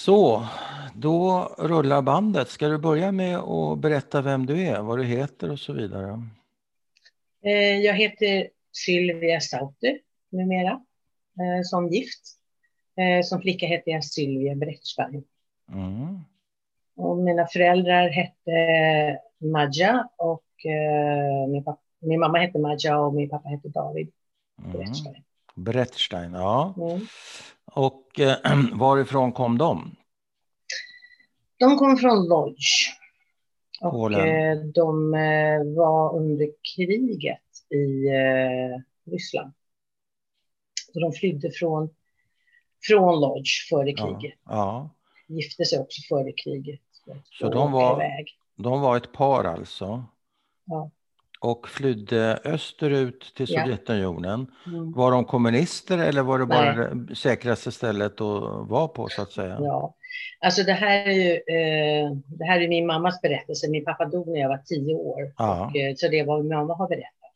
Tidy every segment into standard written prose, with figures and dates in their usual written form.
Så, då rullar bandet. Ska du börja med att berätta vem du är, vad du heter och så vidare? Jag heter Sylvia Sauter numera, som gift. Som flicka heter jag Sylvia Brättstein. Mm. Och mina föräldrar hette Maja och min mamma hette Maja och min pappa hete David Brättstein. Brättstein, ja. Mm. Och varifrån kom de? De kom från Lodz. Och Polen. de var under kriget i Ryssland. Så de flydde från Lodz före kriget. Ja. Gifte sig också före kriget. Så de var ett par alltså? Ja. Och flydde österut till Sovjetunionen. Mm. Var de kommunister eller var det bara det säkraste stället att vara på så att säga? Ja, alltså det här är min mammas berättelse. Min pappa dog när jag var 10 år. Ja. Och, så det var min mamma har berättat.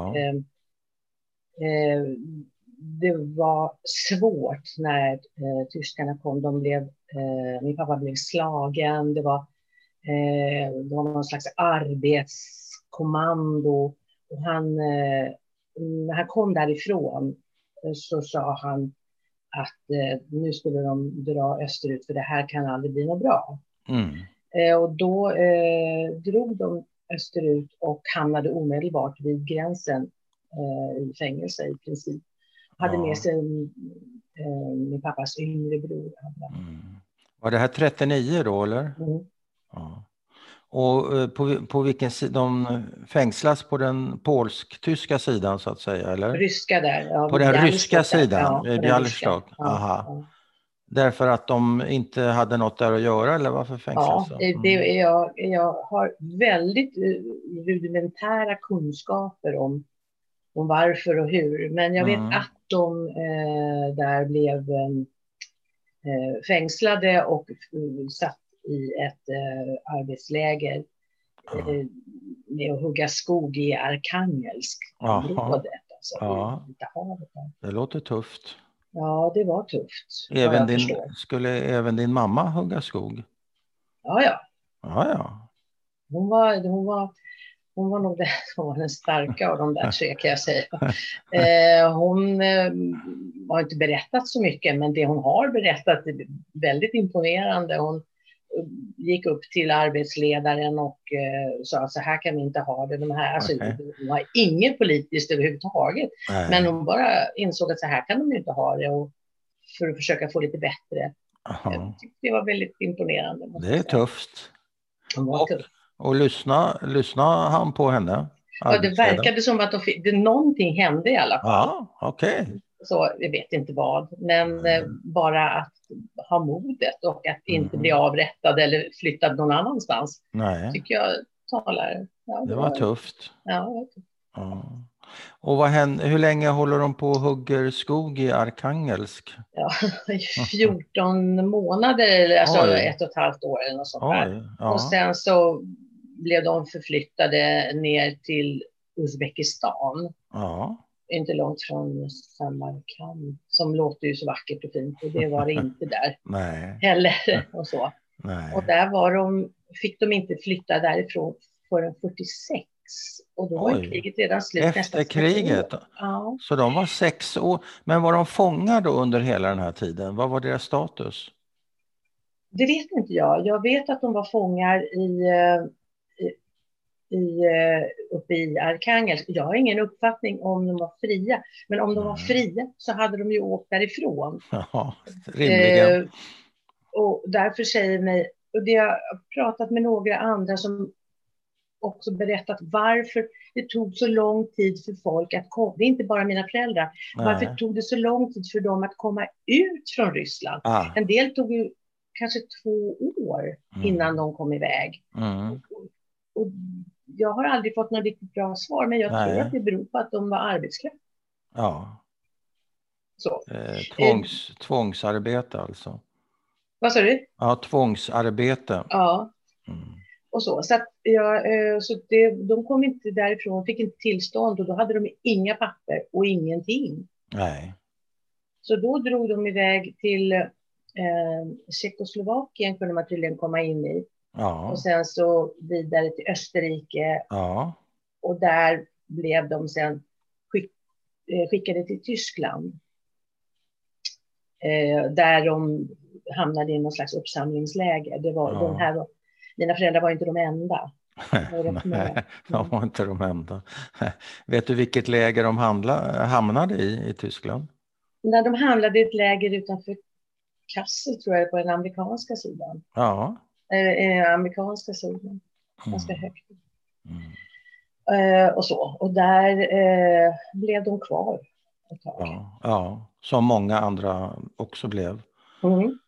Det var svårt när tyskarna kom. Min pappa blev slagen. Det var någon slags arbetskommando. Och när han kom därifrån så sa han att nu skulle de dra österut för det här kan aldrig bli något bra. Mm. Och då drog de österut och hamnade omedelbart vid gränsen i fängelse i princip. Hade med sig min pappas yngre bror. Var det här 39 då eller? Mm. Ja. Och på vilken sida de fängslas på den polsk-tyska sidan så att säga eller? Ryska där. Ja, på den ryska sidan? Ja, Bialystok. Aha. Ja. Därför att de inte hade något där att göra eller varför fängslas de? Jag har väldigt rudimentära kunskaper om varför och hur. Men jag vet att de där blev fängslade och satt i ett arbetsläger med att hugga skog i Arkhangelsk området. Alltså, det låter tufft. Ja, det var tufft. Skulle även din mamma hugga skog? Ja. Ja. Hon var nog den starka av de där tre kan jag säga. Hon har inte berättat så mycket, men det hon har berättat är väldigt imponerande. Hon gick upp till arbetsledaren och sa att så här kan vi inte ha det. Hon har inget politiskt överhuvudtaget. Nej. Men hon bara insåg att så här kan de inte ha det och för att försöka få lite bättre. Jag tyckte det var väldigt imponerande. Det är tufft. Hon var tuff. Och lyssna han på henne? Ja, det verkade som att någonting hände i alla fall. Ja, okej. Så jag vet inte vad. Men bara att ha modet och att inte bli avrättad eller flyttad någon annanstans. Nej. Tycker jag talar. Ja, det var tufft. Ja, det var tufft. Ja. Och hur länge håller de på och hugger skog i Arkhangelsk? Ja, 14 månader, alltså 1,5 år eller något sånt där. Ja. Och sen så blev de förflyttade ner till Uzbekistan. Ja. Inte långt från Samarkand, som låter ju så vackert och fint. Och det var det inte där. Nej. Heller och så. Nej. Och där fick de inte flytta därifrån förrän 46. Och då var kriget redan slut. Efter kriget? Ja. Så de var 6 år. Men var de fångar då under hela den här tiden? Vad var deras status? Det vet inte jag. Jag vet att de var fångar uppe i Arkhangelsk. Jag har ingen uppfattning om de var fria. Men om de var fria så hade de ju åkt därifrån. Ja, rimligen. Och därför säger mig, och det har pratat med några andra som också berättat varför det tog så lång tid för folk att komma. Det är inte bara mina föräldrar. Nej. Varför tog det så lång tid för dem att komma ut från Ryssland? En del tog ju kanske 2 år innan de kom iväg. Och jag har aldrig fått något riktigt bra svar, men jag tror att det beror på att de var arbetskraft. Ja. Så. Tvångsarbete alltså. Vad sa du? Ja, tvångsarbete. Ja. Och så att de kom inte därifrån, fick inte tillstånd och då hade de inga papper och ingenting. Nej. Så då drog de iväg till Tjeckoslovakien kunde man tydligen komma in i. Ja. Och sen så vidare till Österrike. Ja. Och där blev de sen skickade till Tyskland. Där de hamnade i någon slags uppsamlingsläger. Det var de här, mina föräldrar var inte de enda. Nej, de var inte de enda. Vet du vilket läger de hamnade i Tyskland? När de hamnade i ett läger utanför Kassel, tror jag, på den amerikanska sidan. Ja. Amerikanska sidan. Ganska högt. Mm. Och så. Och där blev de kvar ett tag. Ja, som många andra också blev. Mm.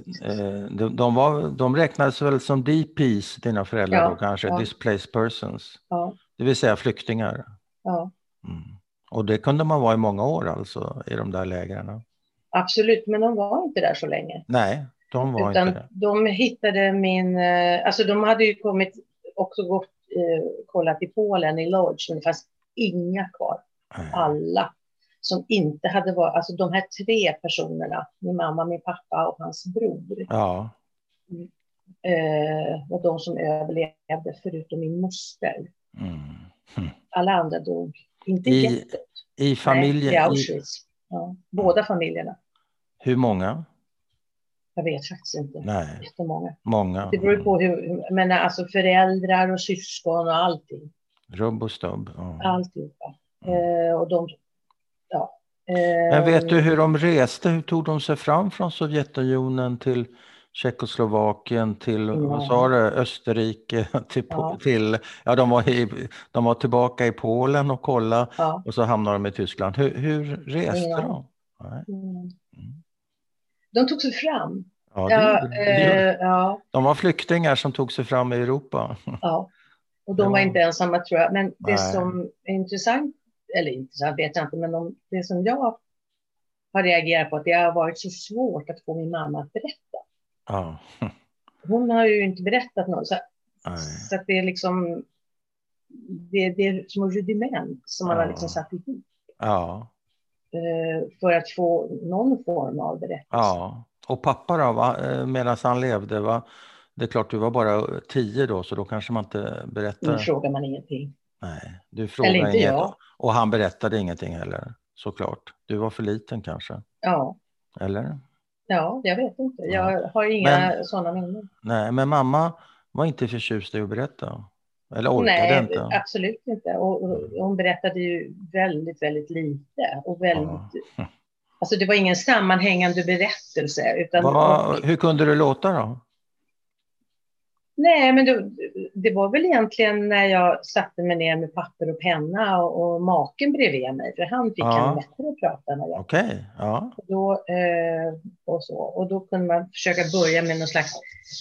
De räknades väl som DPs, dina föräldrar då kanske, displaced persons. Ja. Det vill säga flyktingar. Ja. Mm. Och det kunde man vara i många år alltså i de där lägren. Absolut, men de var inte där så länge. Nej, de var utan inte det. De hittade alltså de hade ju gått kollat i Polen i Lodz, men det fanns inga kvar. Alla som inte hade varit, alltså de här 3 personerna, min mamma, min pappa och hans bror. Ja. Var de som överlevde förutom min moster. Alla andra dog. Inte jättet. I familjen? I Auschwitz. Ja, båda familjerna. Hur många? Jag vet faktiskt inte. Nej. Jättemånga. Många. Det beror på men alltså föräldrar och syskon och allting. Rubb och stubb. Alltihopa. Och de, Men vet du hur de reste? Hur tog de sig fram från Sovjetunionen till Tjeckoslovakien till vad sa du, Österrike till de var tillbaka i Polen och kolla och så hamnade de i Tyskland. Hur reste de? De tog sig fram. De var flyktingar som tog sig fram i Europa. Ja. Och de var inte ensamma, tror jag. Men det som är intressant, eller intressant vet jag inte, men det som jag har reagerat på, att det har varit så svårt att få min mamma att berätta. Ja. Hon har ju inte berättat något. Så att det är liksom, det är som en rudiment som man har liksom satt ihop. Ja. För att få någon form av berättelse. Ja. Och pappa då, medan han levde, va? Det är klart, du var bara 10 då, så då kanske man inte berättade. Nu frågar man ingenting. Nej, du frågade eller inte inget. jag. Och han berättade ingenting heller, såklart. Du var för liten kanske. Ja. Eller? Ja, jag vet inte. Jag har inga sådana minnen. Nej, men mamma var inte förtjust i att berätta. Eller orkade inte. Nej, absolut inte. Och hon berättade ju väldigt, väldigt lite. Och väldigt... Alltså det var ingen sammanhängande berättelse. Utan hur kunde du låta då? Nej, men det var väl egentligen när jag satte mig ner med papper och penna och maken bredvid mig. För han fick han bättre att prata med. Okej, ja. Och då kunde man försöka börja med någon slags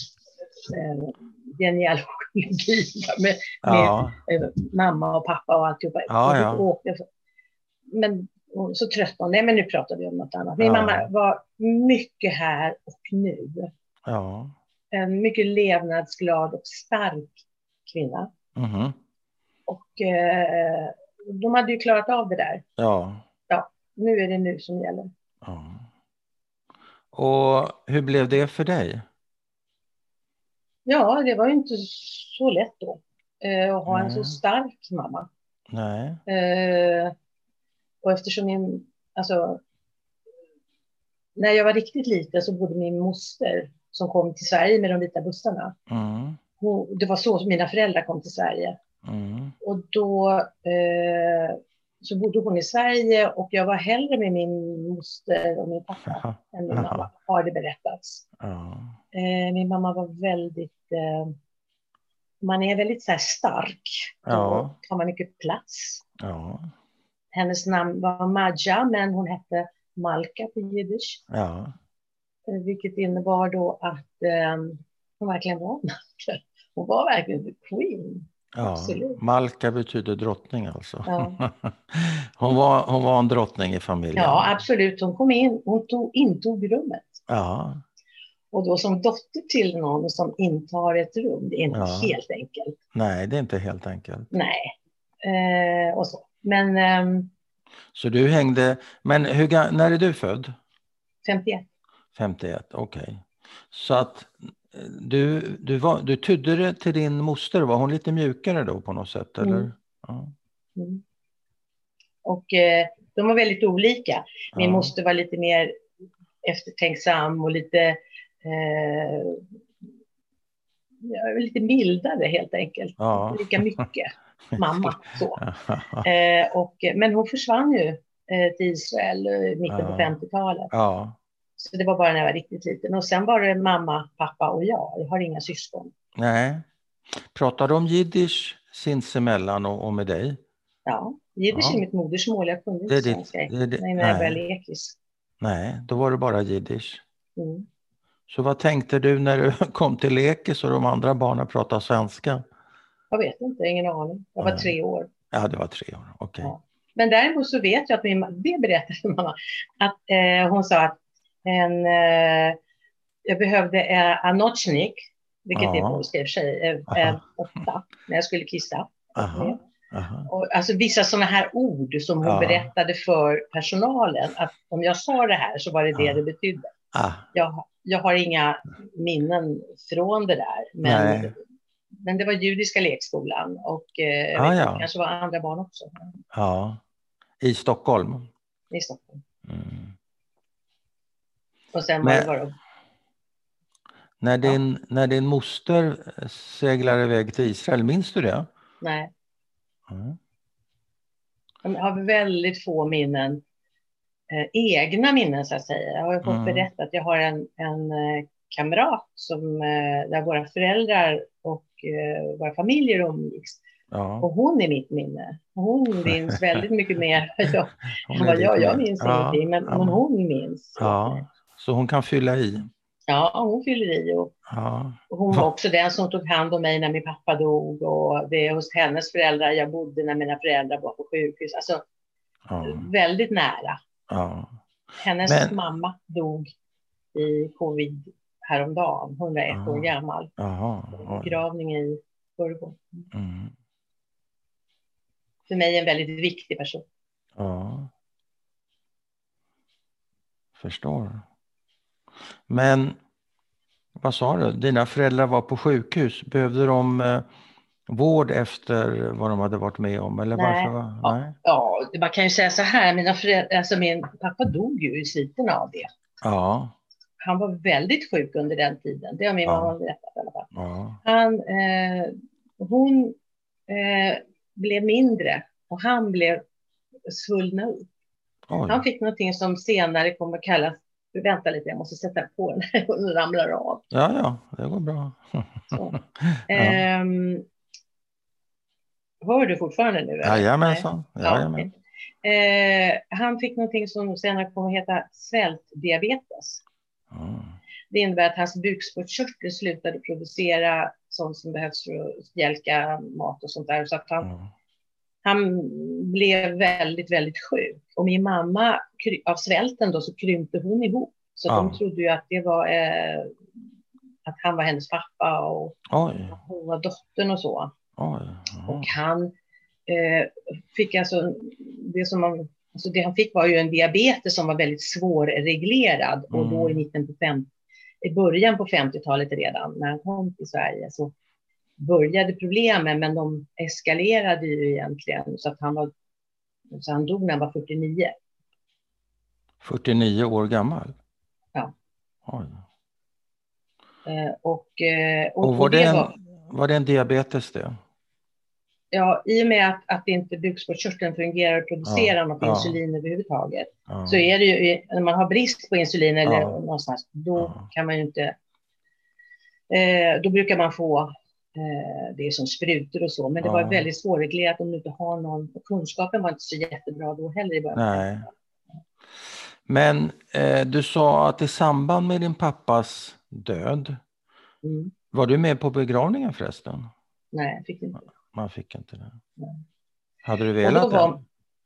genealogi med mamma och pappa och alltihopa. Men så trött hon. Nej, men nu pratar vi om något annat. Min mamma var mycket här och nu. Ja. En mycket levnadsglad och stark kvinna. Mm-hmm. Och de hade ju klarat av det där. Ja. Ja, nu är det nu som gäller. Ja. Och hur blev det för dig? Ja, det var ju inte så lätt då. Att ha en så stark mamma. Nej. Och eftersom när jag var riktigt liten så bodde min moster som kom till Sverige med de vita bussarna. Det var så mina föräldrar kom till Sverige. Och då så bodde hon i Sverige och jag var hellre med min moster och min pappa än min mamma, har det berättats. Min mamma var väldigt, man är väldigt så här stark. Då tar man mycket plats. Hennes namn var Maja, men hon hette Malka på jiddisch. Vilket innebar då att hon verkligen var Malka. Hon var verkligen the queen. Ja, absolut. Malka betyder drottning alltså. Ja. hon var en drottning i familjen. Ja, absolut. Hon kom in, hon intog rummet. Ja. Och då som dotter till någon som intar ett rum, det är inte helt enkelt. Nej, det är inte helt enkelt. Nej, och så. Men... så du hängde, men när är du född? 51. 51, okej. Så att du tydde det till din moster, var hon lite mjukare då på något sätt? Eller? Ja. Och de var väldigt olika. Min moster var lite mer eftertänksam och lite lite mildare helt enkelt. Inte lika mycket mamma. Så. Men hon försvann ju till Israel i mitten på 50-talet. Så det var bara när jag var riktigt liten. Och sen var det mamma, pappa och jag. Jag har inga syskon. Nej. Pratar de jiddisch sinsemellan och med dig? Ja, jiddisch är mitt modersmål. Jag kunde inte svenska när jag började lekis. Nej, då var det bara jiddisch. Så vad tänkte du när du kom till lekis och de andra barnen pratade svenska? Jag vet inte, ingen aning. Jag var 3 år. Ja, det var 3 år, okej. Ja. Men däremot så vet jag att det berättade mamma. Att hon sa att jag behövde anochnik, vilket är polska i och för sig, 8, när jag skulle kissa. Och, alltså vissa sådana här ord som hon berättade för personalen, att om jag sa det här så var det det betydde. Jag har inga minnen från det där, men det var judiska lekskolan och jag vet inte, kanske var andra barn också. Ja, i Stockholm. I Stockholm. Och sen var det bara... När din moster seglar iväg till Israel, minns du det? Nej. Jag har väldigt få minnen, egna minnen så att säga. Jag har fått berättat att jag har en kamrat där våra föräldrar och våra familjer umgicks. Och hon är mitt minne. Hon minns väldigt mycket mer än vad jag minns ingenting, men hon minns. Så hon kan fylla i. Ja, hon fyller i. Och hon var också den som tog hand om mig när min pappa dog. Och det är hos hennes föräldrar jag bodde när mina föräldrar var på sjukhus. Alltså väldigt nära. Hennes mamma dog i covid häromdagen, 101 år gammal. Begravning i förrgår. För mig en väldigt viktig person. Förstår. Men vad sa du? Dina föräldrar var på sjukhus. Behövde de vård efter vad de hade varit med om? Eller varför? Nej. Ja, man kan ju säga så här. Min pappa dog ju i sviten av det. Han var väldigt sjuk under den tiden. Det har min mamma berättat i alla fall. Hon blev mindre och han blev svullna upp. Han fick någonting som senare kommer att kallas, vänta lite, jag måste sätta på den och den ramlar av. Ja, det går bra. Hör du fortfarande nu? Jajamensan. Han fick någonting som senare kommer att heta svältdiabetes. Det innebär att hans bukspottkörtel slutade producera sånt som behövs för att hjälka mat och sånt där. Så att han blev väldigt, väldigt sjuk. Och min mamma, av svälten då, så krympte hon ihop. Så de trodde ju att det var att han var hennes pappa och hon var dottern och så. Och han fick alltså det han fick var ju en diabetes som var väldigt svårreglerad. Och då i början på 50-talet redan, när han kom till Sverige, så började problemen, men de eskalerade ju egentligen så att han dog när han var 49. 49 år gammal? Ja. Och var det en diabetes det? Ja, i och med att inte bukspottkörteln fungerar och producerar något insulin överhuvudtaget. Så är det ju, när man har brist på insulin eller någonstans, då kan man ju inte, då brukar man få det som sprutor och så. Men det var väldigt svårreglerat om du inte har någon, och kunskapen var inte så jättebra då heller i början. Nej. Men du sa att i samband med din pappas död, var du med på begravningen förresten? Nej, jag fick inte. Man fick inte det. Nej. Hade du velat det?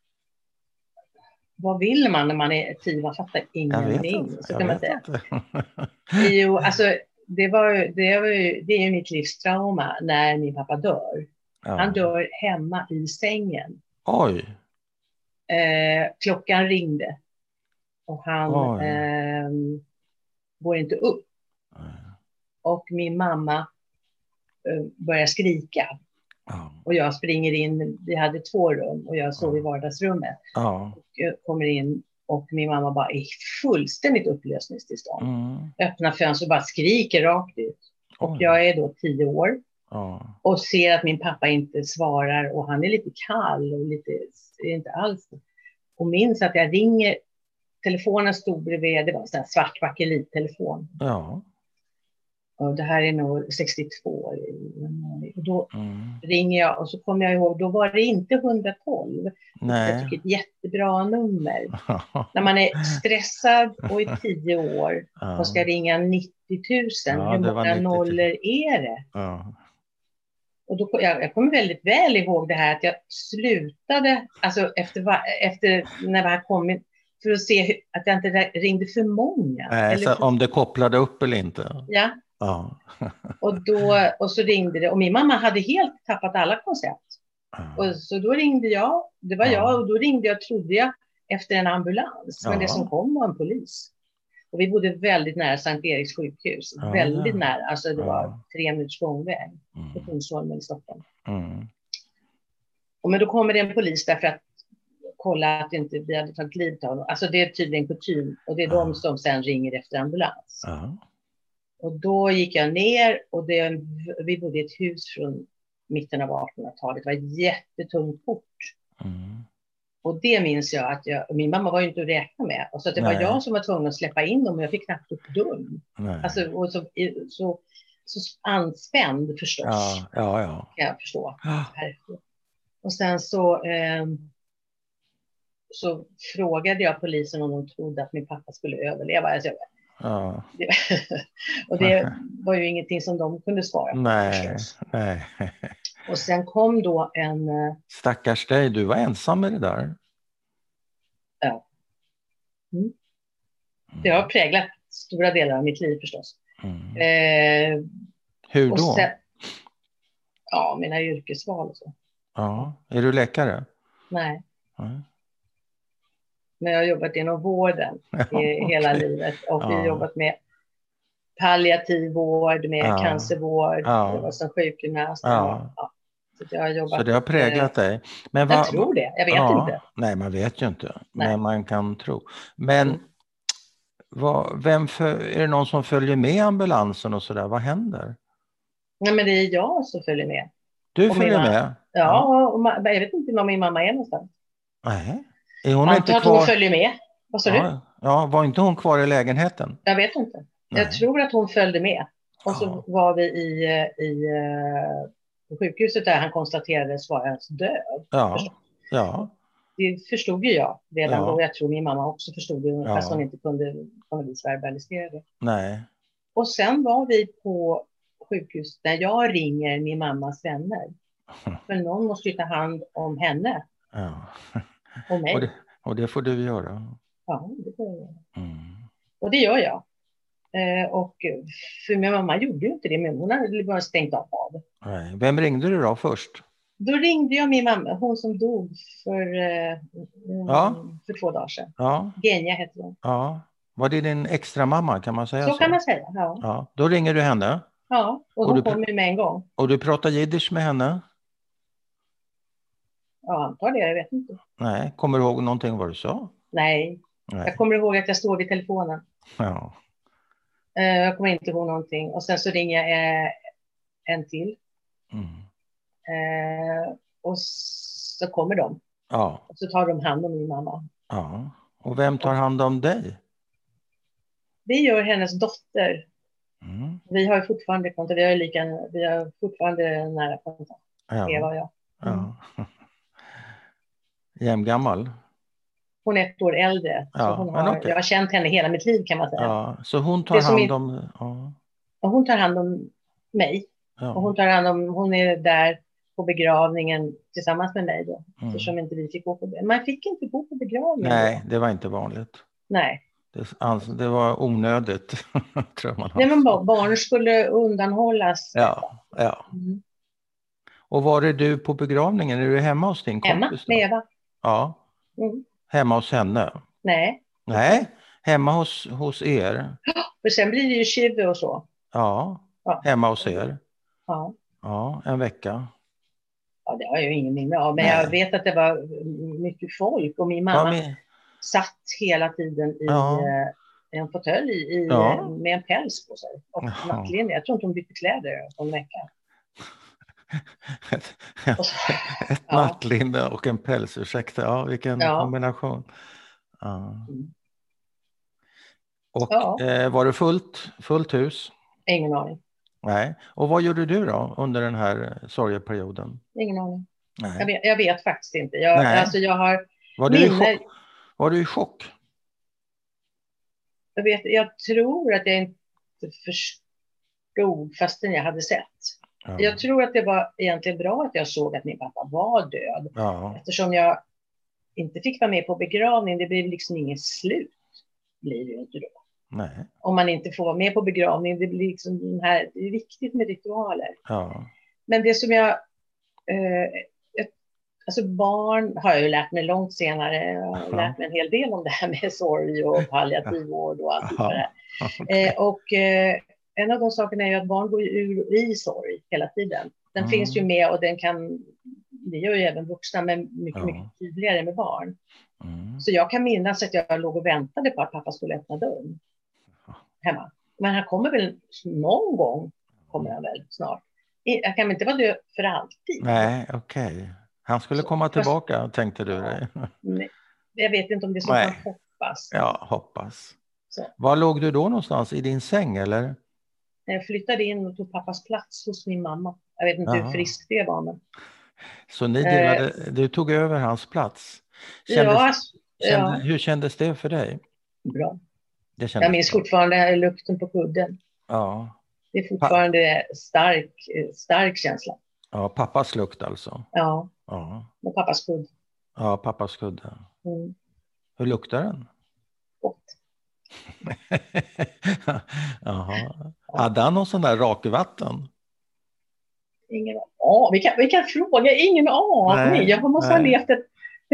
Vad vill man när man är 10? Man fattar ingenting. Så kan man säga. Jo, alltså det är ju mitt livstrauma när min pappa dör. Han dör hemma i sängen. Oj. Klockan ringde. Och han går inte upp. Och min mamma börjar skrika. Och jag springer in, vi hade 2 rum och jag sov i vardagsrummet. Och jag kommer in och min mamma bara är fullständigt upplösningstillstånd. Öppnar fönster och bara skriker rakt ut. Och jag är då 10 år. Och ser att min pappa inte svarar och han är lite kall och lite, inte alls. Och minns att jag ringer, telefonen stod bredvid, det var en sån här svart bakelittelefon. Och det här är nog 62. Och då ringer jag och så kommer jag ihåg, då var det inte 112. Jag tycker ett jättebra nummer. När man är stressad och är 10 år och ska ringa 90 000, hur många nollor är det? Och då, jag kommer väldigt väl ihåg det här att jag slutade, alltså efter när det här kommit, för att se att jag inte ringde för många. Nej, eller om det kopplade upp eller inte. Ja. Och så ringde det. Och min mamma hade helt tappat alla koncept. Och så då ringde jag. Det var jag. Och då ringde jag, trodde jag, efter en ambulans. Men det som kom var en polis. Och vi bodde väldigt nära Sankt Eriks sjukhus. Väldigt nära. Alltså det var 3 minuters gångväg. På Kungsholmen i Stockholm. Och men då kommer det en polis därför att kolla att inte vi hade tagit livet av honom. Alltså det är tydligen kutym. Och det är de som sen ringer efter ambulans. Och då gick jag ner och vi bodde i ett hus från mitten av 1800-talet. Det var ett jättetungt port. Och det minns jag att min mamma var ju inte att räkna med. Och så att det var jag som var tvungen att släppa in dem och jag fick knappt upp dörren. Alltså, och så anspänd förstås. Kan jag förstå. Och sen så frågade jag polisen om de trodde att min pappa skulle överleva. Alltså, och det var ju ingenting som de kunde svara på. Nej. Och sen kom då en... Stackars dig, du var ensam med det där. Ja. Det har präglat stora delar av mitt liv förstås. Hur då? Sen, mina yrkesval och så. Är du läkare? Nej. Men jag har jobbat inom vården i hela livet. Och jag har jobbat med palliativ vård, med cancervård. Jag var som sjukgymnast. Så det har präglat dig? Men jag tror det, jag vet inte. Nej, man vet ju inte. Nej. Men man kan tro. Men är det någon som följer med ambulansen och sådär? Vad händer? Nej, men det är jag som följer med. Du följer med? Ja, och jag vet inte var min mamma är någonstans. Nej. Är hon inte kvar? Hon följer med. Vad sa du? Ja, var inte hon kvar i lägenheten? Jag vet inte. Nej. Jag tror att hon följde med. Och så var vi på sjukhuset där han konstaterades vara hans död. Ja. Det förstod ju jag redan då. Jag tror min mamma också förstod det. Fast hon inte kunde på något vis verbalisera det. Nej. Och sen var vi på sjukhus där jag ringer min mammas vänner. För någon måste ju ta hand om henne. Och mig. Och det får du göra. Ja, det får jag göra. Och det gör jag. Och för min mamma gjorde ju inte det, men hon hade bara stängt av. Nej. Vem ringde du då först? Då ringde jag min mamma, hon som dog för 2 dagar sedan. Ja. Genia heter hon. Ja. Var det din extra mamma, kan man säga så? Så kan man säga, ja. Ja. Då ringer du henne? Ja, och hon kom med en gång. Och du pratar jiddisch med henne? Ja, antar det, jag vet inte. Nej, kommer du ihåg någonting vad du sa? Nej. Jag kommer ihåg att jag stod vid telefonen. Ja. Jag kommer inte ihåg någonting. Och sen så ringer jag en till. Och så kommer de. Ja. Och så tar de hand om min mamma. Ja. Och vem tar hand om dig? Det gör hennes dotter. Vi har fortfarande kontakt. Vi har fortfarande nära kontakt. Eva och jag. Ja. Jämngammal? Hon är 1 år äldre. Ja, så jag har känt henne hela mitt liv, kan man säga. Ja, så hon tar hand om... Och hon tar hand om mig. Ja. Och hon är där på begravningen tillsammans med mig då. Eftersom inte vi fick gå på det. Man fick inte gå på begravningen. Nej, det var inte vanligt. Nej. Det var onödigt, tror man. Nej, men barn skulle undanhållas. Ja. Och var är du på begravningen? Är du hemma hos din kompis? Hemma med Eva. Ja. Hemma hos henne? Nej. Nej, hemma hos er? För sen blir det ju chive och så. Ja, hemma hos er. Ja. Ja, en vecka. Ja, det har jag ju ingen minne av. Men jag vet att det var mycket folk. Och min mamma satt hela tiden i en fåtölj med en päls på sig. Och nattlinne. Jag tror inte hon bytte kläder på en vecka. Ett nattlinne och en päls, ursäkta. Ja, vilken kombination. Ja. Och var det fullt hus? Ingen aning. Nej. Och vad gjorde du då under den här sorgeperioden? Ingen aning. Nej. Jag vet faktiskt inte. Jag har var du i chock? Jag tror att jag inte förstod fastän jag hade sett. Ja. Jag tror att det var egentligen bra att jag såg att min pappa var död. Ja. Eftersom jag inte fick vara med på begravning. Det blev liksom inget slut. Blir det ju inte då. Nej. Om man inte får vara med på begravning. Det blir liksom det är viktigt med ritualer. Ja. Men det som jag... Alltså barn har jag ju lärt mig långt senare. Jag har lärt mig en hel del om det här med sorg och palliativvård och allt det där. Och en av de sakerna är ju att barn går ur i sorg hela tiden. Den finns ju med och det gör ju även vuxna, men mycket tydligare med barn. Så jag kan minnas att jag låg och väntade på att pappa skulle öppna dörren hemma. Men han kommer väl någon gång, kommer han väl snart. Jag kan inte vara död för alltid. Nej, okej. Han skulle komma tillbaka, tänkte du dig? Jag vet inte om det är så man hoppas. Ja, hoppas. Så. Var låg du då någonstans? I din säng, eller? Jag flyttade in och tog pappas plats hos min mamma. Jag vet inte hur frisk det var. Men... Så du tog över hans plats? Hur kändes det för dig? Bra. Jag minns fortfarande lukten på kudden. Ja. Det är fortfarande stark känsla. Ja, pappas lukt alltså. Ja. Och pappas kudd. Ja, pappas kudd. Hur luktar den? Gott. Jaha. Hade han någon sån där rakvatten? Ingen aning. Vi kan fråga. Ingen aning. Jag måste ha levt ett...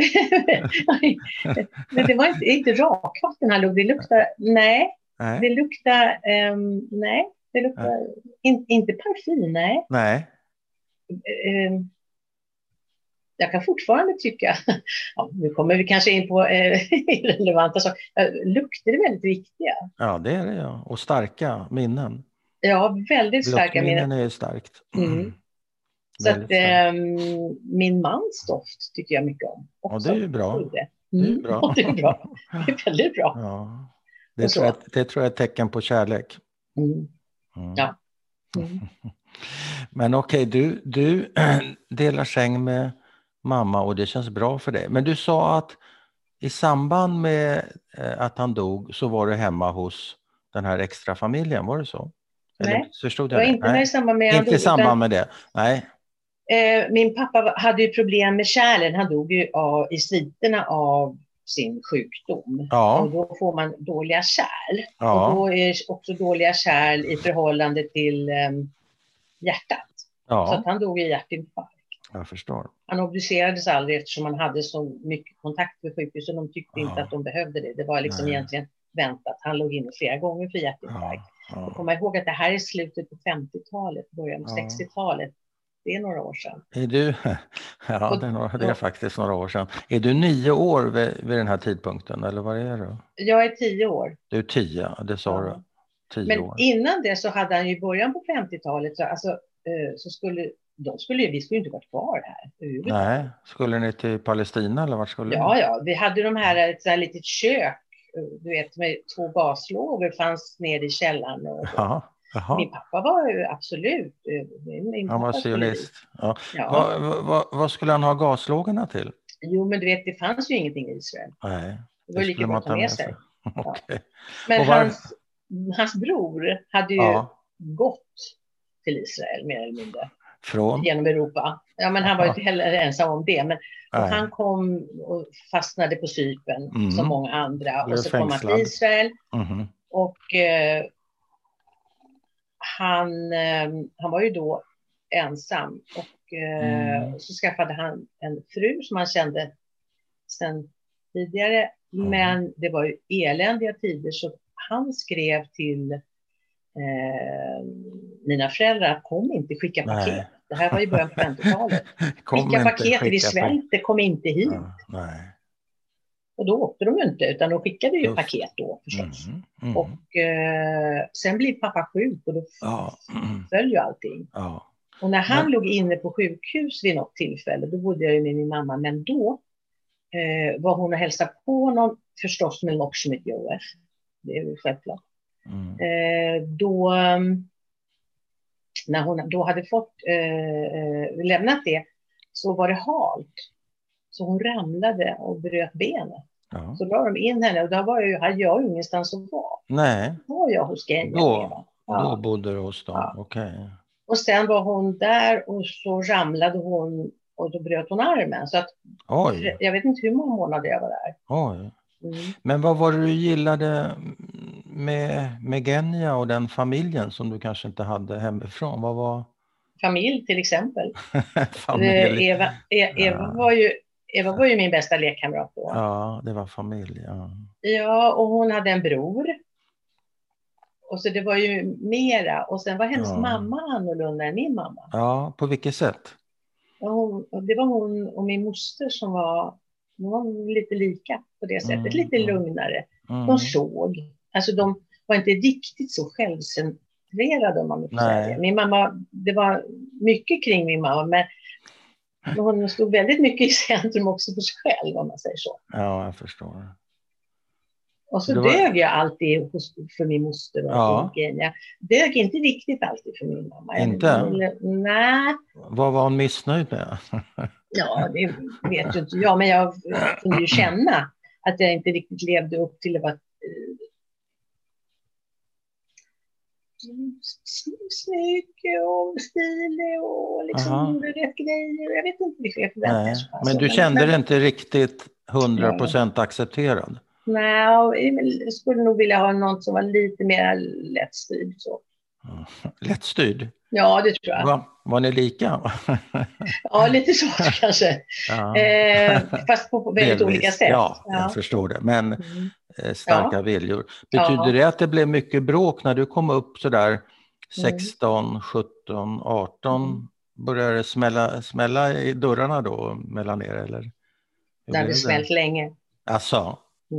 Men det var inte rakvatten han luktade. Det luktar... Nej. Det luktar... nej. Det luktar... Inte parfym, nej. Nej. Jag kan fortfarande tycka, nu kommer vi kanske in på relevanta saker, lukter är väldigt viktiga. Ja, det är det, ja. Och starka minnen. Ja, väldigt starka minnen. Luktminnen är starkt. Så att min mans doft tycker jag mycket om. Också. Ja, det är ju bra. Det är bra. Det är bra. Det är väldigt bra. Ja. Det tror jag är ett tecken på kärlek. Ja. Men okej, du delar säng med mamma och det känns bra för dig. Men du sa att i samband med att han dog så var du hemma hos den här extra familjen, var det så? Nej, eller, förstod jag var inte med i samband med inte i samband med det, nej. Min pappa hade ju problem med kärlen. Han dog ju i sviterna av sin sjukdom. Ja. Och då får man dåliga kärl. Ja. Och då är också dåliga kärl i förhållande till hjärtat. Ja. Så att han dog i hjärtinfarkt. Jag förstår. Han obducerades aldrig eftersom han hade så mycket kontakt med sjukhuset. De tyckte inte att de behövde det. Det var liksom egentligen väntat. Han låg inne flera gånger för hjärtinfarkt. Och komma ihåg att det här är slutet på 50-talet, början på 60-talet. Det är några år sedan. Är du, det är faktiskt några år sedan. Är du 9 år vid den här tidpunkten, eller vad är du? Jag är 10 år. Du är 10, det sa du. 10 Men år. innan det så hade han ju början på 50-talet så skulle vi skulle inte vara kvar här. Nej, skulle ni till Palestina eller vart skulle ni? Ja, vi hade de här ett så här litet kök, du vet, med 2 gaslågor fanns nere i källaren. Och Jaha. Min pappa var ju absolut... Han var sionist. Ja. Vad skulle han ha gaslågorna till? Jo, men du vet, det fanns ju ingenting i Israel. Nej. Det var lika bra att ta med sig. Okay. Men hans bror hade ju gått till Israel mer eller mindre. Genom Europa. Ja, men han var ju inte heller ensam om det. Men han kom och fastnade på Cypern som många andra. Och så kom han till Israel. Och han var ju då ensam. Och så skaffade han en fru som han kände sedan tidigare. Men det var ju eländiga tider så han skrev till mina föräldrar att kom inte skicka paket. Det här var i början på 50-talet. Skicka paket, vi svälter, kom inte hit. Nej. Och då åkte de ju inte, utan de skickade ju paket då förstås. Och sen blir pappa sjuk och då föll ju allting. Och när han låg inne på sjukhus vid något tillfälle, då bodde jag ju med min mamma, men då var hon och hälsade på honom, förstås med också med Joef. Det är ju självklart. Då när hon då hade fått lämnat det, så var det halt. Så hon ramlade och bröt benet. Så la de in henne, och då hade jag ingenstans att vara. Nej. Då var jag hos Genja. Då bodde du hos dem, okej. Och sen var hon där och så ramlade hon och då bröt hon armen. Så att, jag vet inte hur många månader jag var där. Oj. Men vad var det du gillade med Genja och den familjen som du kanske inte hade hemifrån? Vad var... Familj till exempel. Familj. Eva var ju min bästa lekkamrat då. Ja, det var familj. Ja, och hon hade en bror. Och så det var ju mera. Och sen var hennes mamma annorlunda än min mamma. Ja, på vilket sätt? Det var hon och min moster som var lite lika på det sättet. Lite lugnare. De såg. Alltså de var inte riktigt så självcentrerade, om man får säga. Min mamma, det var mycket kring min mamma, men hon stod väldigt mycket i centrum också för sig själv, om man säger så. Ja, jag förstår. Och så dög jag alltid för min moster och Genja. Dög inte riktigt alltid för min mamma. Inte? Nej. Vad var hon missnöjd med? Ja, det vet ju inte jag. Men jag kunde ju känna att jag inte riktigt levde upp till det. Var snygg och stilig och liksom rätt grejer. Jag vet inte vilka jag förväntade mig. Men du kände dig inte riktigt 100% accepterad? Nej, jag skulle nog vilja ha något som var lite mer lättstyrd. Så. Lättstyrd? Ja, det tror jag. Var ni lika? Ja, lite så kanske. Fast på väldigt olika sätt. Ja, jag förstår det. Men starka viljor. Betyder det att det blev mycket bråk när du kom upp sådär 16, 17, 18? Började det smälla i dörrarna då mellan er? Eller? Det hade smällt länge. Alltså.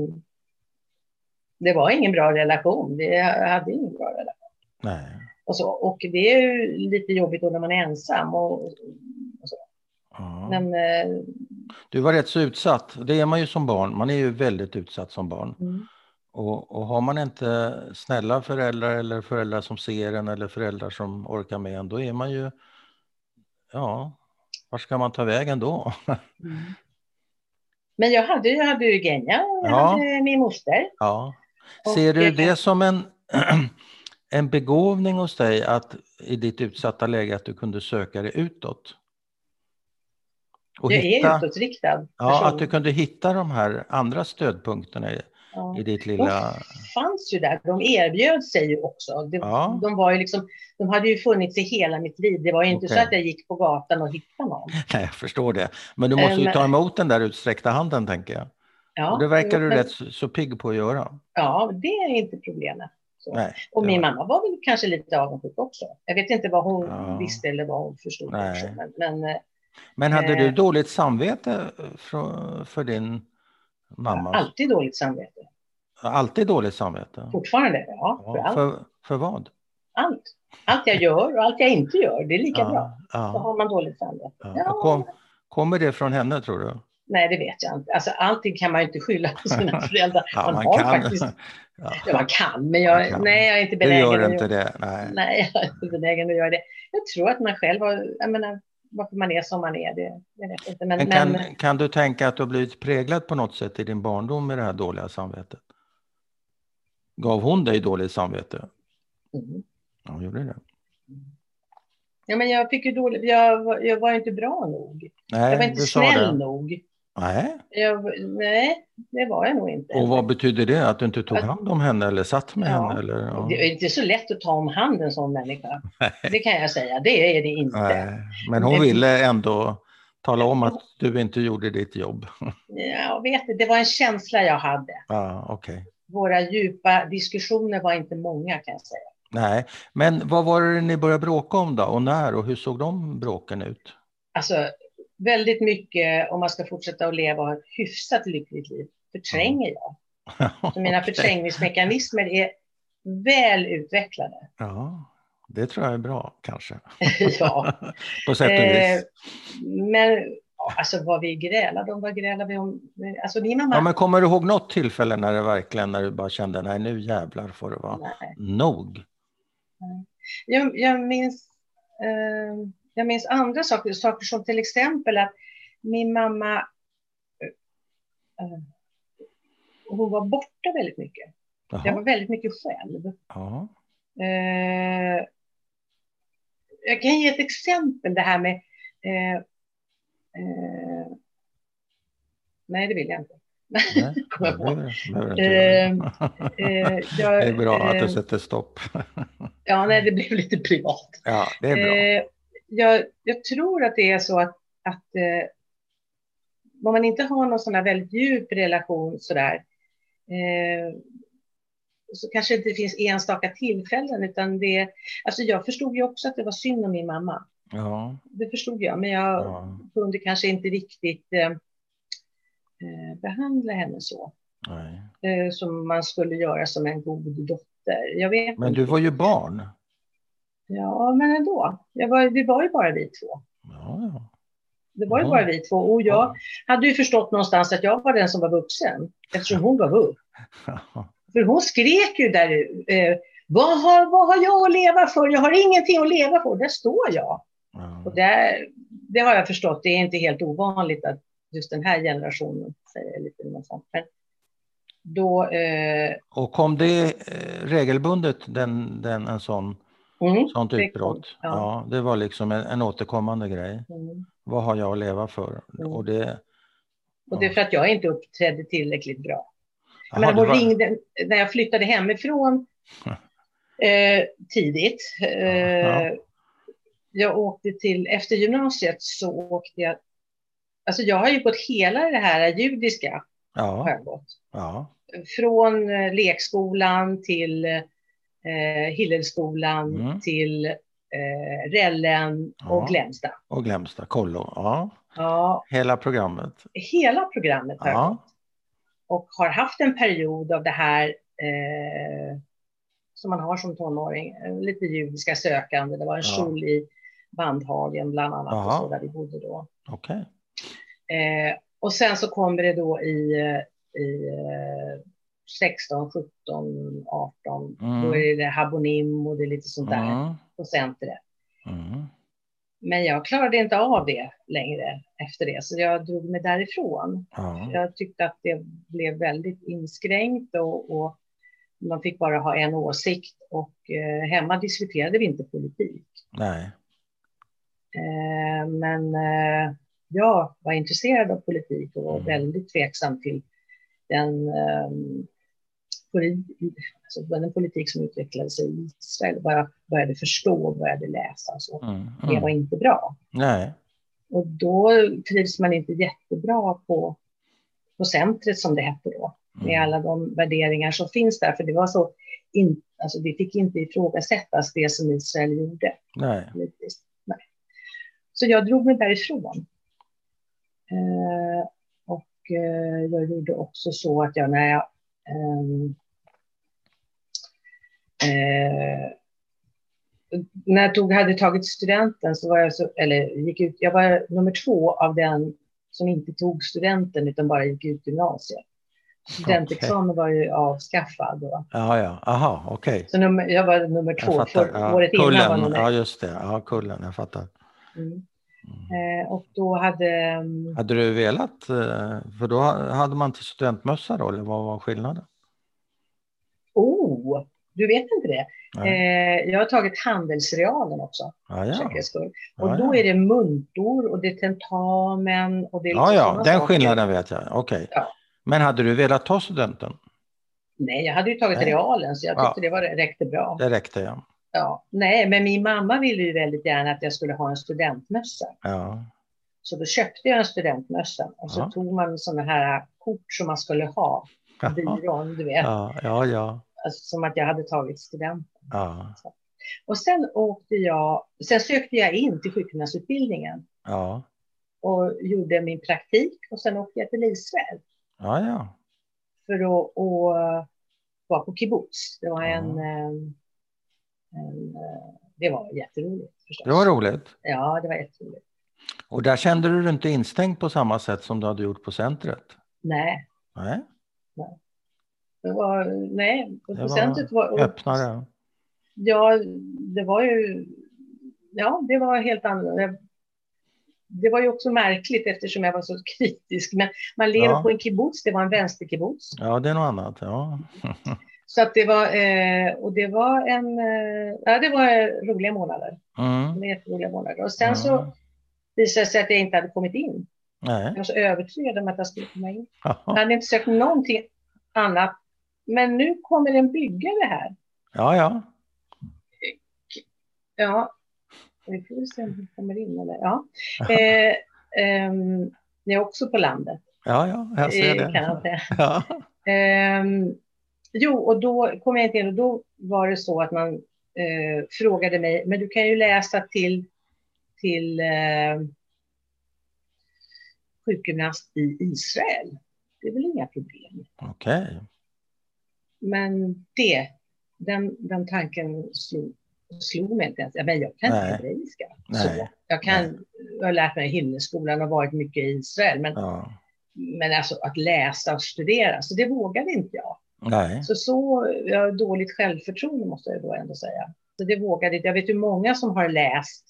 Det var ingen bra relation. Vi hade ingen bra relation. Nej. Och det är ju lite jobbigt då när man är ensam. Och så. Men, du var rätt så utsatt. Det är man ju som barn. Man är ju väldigt utsatt som barn. Och har man inte snälla föräldrar eller föräldrar som ser en eller föräldrar som orkar med en, då är man ju, var ska man ta vägen då? Men jag hade ju Genja och jag hade min moster. Ja. Ser du det som en begåvning hos dig att i ditt utsatta läge att du kunde söka dig utåt? Och jag är utåtriktad. Ja, att du kunde hitta de här andra stödpunkterna i ditt lilla... De fanns ju där. De erbjöd sig ju också. De var ju liksom, de hade ju funnits i hela mitt liv. Det var ju inte så att jag gick på gatan och hittade någon. Nej, jag förstår det. Men du måste ju ta emot den där utsträckta handen, tänker jag. Ja, och det verkar du rätt så pigg på att göra. Ja, det är inte problemet. Nej, och min mamma var väl kanske lite avundsjuk också. Jag vet inte vad hon visste eller vad hon förstod. Också, men hade du dåligt samvete för din mamma? Alltid dåligt samvete. Alltid dåligt samvete? Fortfarande, ja. För vad? Allt jag gör och allt jag inte gör, det är lika bra. Då har man dåligt samvete. Ja. Kommer det från henne, tror du? Nej, det vet jag inte. Alltså, allting kan man ju inte skylla på sina föräldrar. Man har kan. Faktiskt... man kan, men jag är inte benägen. Du gör inte det? Nej, jag är inte benägen att göra det. Jag tror att man själv har... Jag menar, varför man är som man är, jag vet inte. Men kan du tänka att du har blivit präglad på något sätt i din barndom med det här dåliga samvetet? Gav hon dig dåligt samvete? Ja, gjorde det. Ja, men jag fick ju dåligt... Jag var inte bra nog. Nej, jag var inte snäll nog. Nej. Nej, det var jag nog inte. Och vad betyder det? Att du inte tog hand om henne eller satt med henne? Eller, Det är inte så lätt att ta om hand en sån människa. Nej. Det kan jag säga. Det är det inte. Nej. Men hon ville ändå tala om att du inte gjorde ditt jobb. Jag vet det. Det var en känsla jag hade. Ja, okej. våra djupa diskussioner var inte många, kan jag säga. Nej, men vad var det ni började bråka om då? Och när? Och hur såg de bråken ut? Alltså, väldigt mycket, om man ska fortsätta att leva och ha ett hyfsat lyckligt liv, förtränger jag. Så mina förträngningsmekanismer är väl utvecklade. Ja, det tror jag är bra kanske. Ja. På sätt och vis. Men alltså vad vi grälade om. Alltså min mamma... Ja, men kommer du ihåg något tillfälle när du bara kände, nej nu jävlar får det vara nog? Jag minns andra saker som till exempel att min mamma hon var borta väldigt mycket. Jaha. Jag var väldigt mycket själv. Ja. Jag kan ge ett exempel, det här med nej, det vill jag inte. Det är bra att du sätter stopp. Ja, nej, det blev lite privat. Ja, det är bra. Jag tror att det är så att om man inte har någon sån här väldigt djup relation sådär, så kanske det inte finns enstaka tillfällen, utan alltså jag förstod ju också att det var synd om min mamma. Ja. Det förstod jag, men jag kunde kanske inte riktigt behandla henne så. Nej. Som man skulle göra som en god dotter. Jag vet men du var ju barn. Ja, men ändå. Det var ju bara vi två. Ja. Det var ju bara vi två. Och jag hade ju förstått någonstans att jag var den som var vuxen. Eftersom hon var ung. För hon skrek ju där. Vad har jag att leva för? Jag har ingenting att leva för. Där står jag. Och det har jag förstått. Det är inte helt ovanligt att just den här generationen säger lite något sånt. Men då, och kom det regelbundet en sånt utbrott? Ja, det var liksom en återkommande grej. Vad har jag att leva för? Och det är för att jag inte uppträdde tillräckligt bra. Men hon ringde när jag flyttade hemifrån tidigt. Jag åkte efter gymnasiet, så åkte jag. Alltså jag har ju gått hela det här judiska. Har jag gått. Från lekskolan till Hillelskolan till Rällen och Glämsta. Och Glämsta, Kollo. Ja. Hela programmet. Hela programmet har jag gått. Och har haft en period av det här som man har som tonåring. Lite judiska sökande. Det var en skol i Bandhagen bland annat. Och så där vi bodde då. Okej. Och sen så kommer det då i 16, 17, 18. Då är det Habonim och det är lite sånt där på centret. Men jag klarade inte av det längre efter det. Så jag drog mig därifrån. Jag tyckte att det blev väldigt inskränkt och man fick bara ha en åsikt. Och hemma diskuterade vi inte politik. Nej. Men jag var intresserad av politik och var väldigt tveksam till den politik som utvecklades i Israel. Jag började förstå och började läsa. Så det var inte bra. Nej. Och då trivs man inte jättebra på centret som det hette då. Med alla de värderingar som finns där. För det var så, alltså det fick inte ifrågasättas det som Israel gjorde. Nej. Nej. Så jag drog mig därifrån. Och jag gjorde också så att när jag hade tagit studenten så var jag var nummer 2 av den som inte tog studenten utan bara gick ut gymnasiet. Studentexamen var ju avskaffad då. Aha, okej. Så jag var nummer 2 för året kullen, innan var nummer 1. Ja, just det. Kullen, jag fattar. Och då hade du velat, för då hade man till studentmössa då, eller vad var skillnaden? Du vet inte det. Jag har tagit handelsrealen också. Och då är det muntor och det är tentamen och det är den skillnaden vet jag. Okej. Men hade du velat ta studenten? Nej, jag hade ju tagit realen så jag tyckte det räckte bra. Det räckte, Nej, men min mamma ville ju väldigt gärna att jag skulle ha en studentmössa. Så då köpte jag en studentmössa och så tog man sådana här kort som man skulle ha. byrån, du vet. Ja. Alltså, som att jag hade tagit studenten. Ja. Och sen sökte jag in till sjukgymnastutbildningen. Ja. Och gjorde min praktik och sen åkte jag till Israel. Ja. För att vara på kibbutz. Det var det var jätteroligt förstås. Det var roligt? Ja, det var jätteroligt. Och där kände du dig inte instängd på samma sätt som du hade gjort på centret? Nej. Det var, på centret var öppnare. Ja, det var ju... Ja, det var helt annorlunda. Det var ju också märkligt eftersom jag var så kritisk. Men man lever på en kibbutz, det var en vänsterkibbutz. Ja, det är något annat, ja. Så att det var, och det var det var roliga månader. Jätteroliga månader. Och sen så visade det sig att jag inte hade kommit in. Nej. Jag var så övertygad om att jag skulle komma in. Jag hade inte sökt någonting annat. Men nu kommer en byggare här. Ja. Ja. Vi får se om det kommer in eller jag är också på landet. Ja, jag ser det. Kan jag säga. Ja. Jo, och då kom jag inte in och då var det så att man frågade mig, men du kan ju läsa till sjukgymnast i Israel. Det är väl inga problem. Okej. Men den tanken slog mig inte ens. Men jag kan inte hebreiska. Jag har lärt mig i himmelskolan och varit mycket i Israel. Men alltså att läsa och studera, så det vågade inte jag. Nej. Så jag har dåligt självförtroende måste jag då ändå säga. Så det vågade inte. Jag vet ju många som har läst,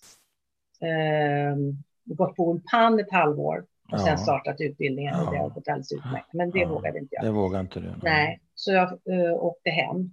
gått på Ulpan ett halvår och sen startat utbildningen och det har gått alldeles utmärkt. Men det vågade inte jag. Det vågade inte du? Nej, så jag åkte hem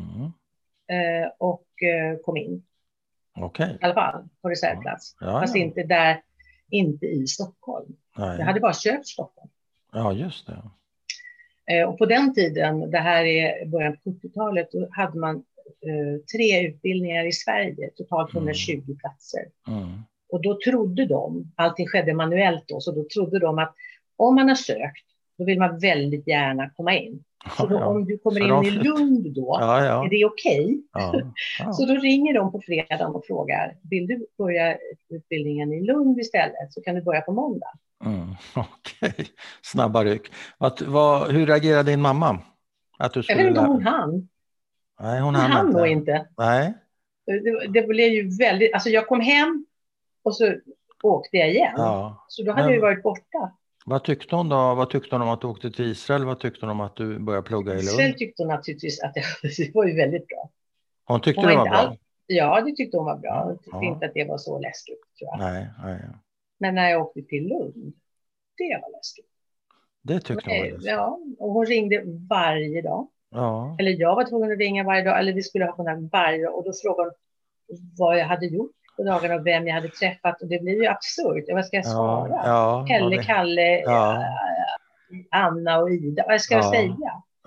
och kom in. Okej. I alla fall på reservplats. Fast inte i Stockholm. Nej. Jag hade bara sökt Stockholm. Ja, just det. Och på den tiden, det här är början på 70-talet, då hade man 3 utbildningar i Sverige, totalt 120 platser. Och då trodde de, allting skedde manuellt då, så då trodde de att om man har sökt, då vill man väldigt gärna komma in. Så då, om du kommer in i Lund då, är det okej? Så då ringer de på fredagen och frågar, vill du börja utbildningen i Lund istället, så kan du börja på måndag. Okej. Snabba ryck. Hur reagerade din mamma? Att du skulle jag vet inte om hon hann. Nej, hon hann nog inte. Nej. Det blev ju väldigt... Alltså jag kom hem och så åkte jag igen. Så då hade jag ju varit borta. Vad tyckte hon då? Vad tyckte hon om att du åkte till Israel? Vad tyckte hon om att du började plugga i Lund? Israel tyckte hon naturligtvis att det var ju väldigt bra. Hon tyckte det var bra? Ja, det tyckte hon var bra. Hon tyckte inte att det var så läskigt, tror jag. Nej. Men när jag åkte till Lund, det var läskigt. Det tyckte hon var läskigt. Ja, och hon ringde varje dag. Ja. Eller jag var tvungen att ringa varje dag, eller vi skulle ha kontakt varje dag. Och då frågade hon vad jag hade gjort på dagarna och vem jag hade träffat. Och det blir ju absurt. Vad ska jag svara? Helle, Kalle, Anna och Ida. Vad ska jag säga?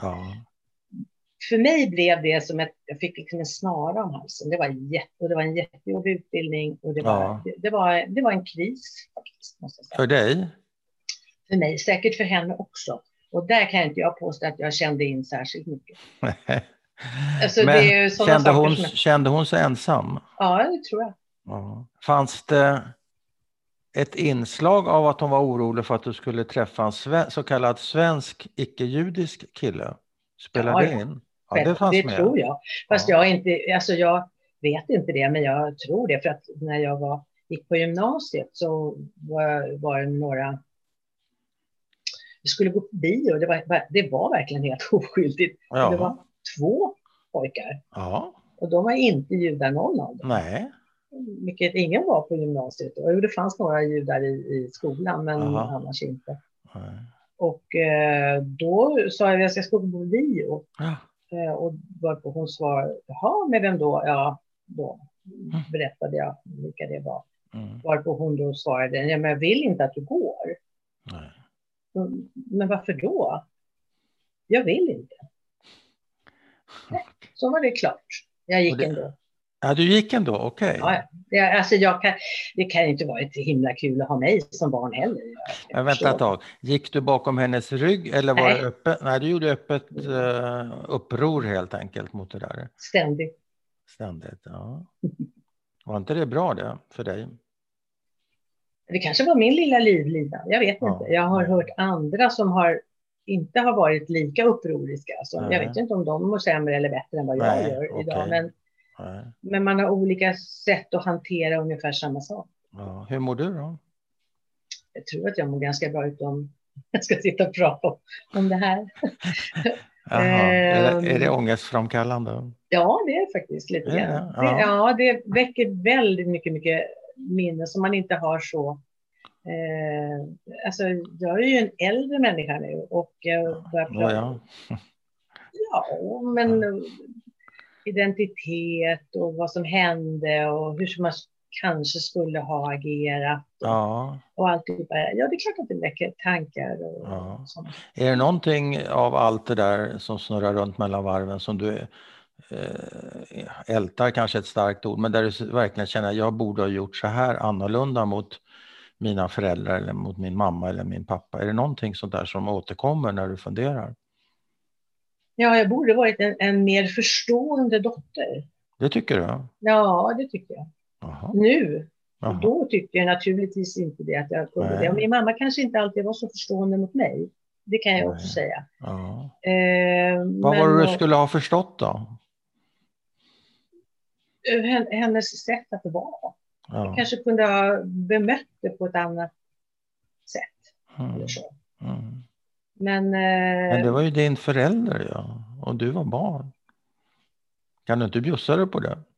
För mig blev det som att jag fick liksom en snara om halsen. Det var en jättejobbig utbildning. Och det var en kris faktiskt, måste jag säga. För dig? För mig, säkert för henne också. Och där kan inte jag påstå att jag kände in särskilt mycket. Alltså, men det är kände hon sig ensam? Ja, det tror jag. Ja. Fanns det ett inslag av att hon var orolig för att du skulle träffa en så kallad svensk icke-judisk kille? Spelar det in? Ja, det tror jag. Fast jag vet inte det, men jag tror det. För att när jag gick på gymnasiet så var det några... Vi skulle gå på bio. Det var verkligen helt oskyldigt. Det var 2 pojkar. Ja. Och de var inte judar, någon av dem. Nej. Vilket ingen var på gymnasiet. Och det fanns några judar i skolan, men annars inte. Nej. Och då sa jag att jag ska gå på bio. Och varpå hon svarade, jaha, med vem då? Ja, då berättade jag vilka det var. Varpå hon då svarade, ja, men jag vill inte att du går. Nej. Men varför då? Jag vill inte. Nej, så var det klart. Jag gick ändå. Ja, du gick ändå, okej. Ja, alltså det kan ju inte vara ett himla kul att ha mig som barn heller. Men vänta ett tag. Gick du bakom hennes rygg eller var det öppet? Nej, du gjorde öppet uppror helt enkelt mot det där. Ständigt, ja. Var inte det bra det för dig? Det kanske var min lilla livlina, jag vet inte. Jag har hört andra som inte har varit lika upproriska. Så jag vet inte om de mår sämre eller bättre än vad jag gör idag. Men man har olika sätt att hantera ungefär samma sak. Ja. Hur mår du då? Jag tror att jag mår ganska bra utom jag ska sitta och prata om det här. Jaha. Är det ångestframkallande? Ja, det är faktiskt lite grann. Det väcker väldigt mycket minnen som man inte har så. Alltså, jag är ju en äldre människa nu och börjar prata. Men identitet och vad som hände och hur man kanske skulle ha agerat och allt det där. Ja, det är klart att det väcker tankar och sånt. Är det någonting av allt det där som snurrar runt mellan varven som du ältar, kanske ett starkt ord, men där du verkligen känner att jag borde ha gjort så här annorlunda mot mina föräldrar eller mot min mamma eller min pappa? Är det någonting sånt där som återkommer när du funderar? Ja, jag borde varit en mer förstående dotter. Det tycker du? Ja, det tycker jag. Aha. Nu. Aha. Då tycker jag naturligtvis inte det att jag kunde det. Och min mamma kanske inte alltid var så förstående mot mig. Det kan jag också säga. Vad var det du skulle ha förstått då? Hennes sätt att vara. Jag kanske kunde ha bemött det på ett annat sätt. Eller så. Men det var ju din förälder, och du var barn. Kan du inte bjussa dig på det?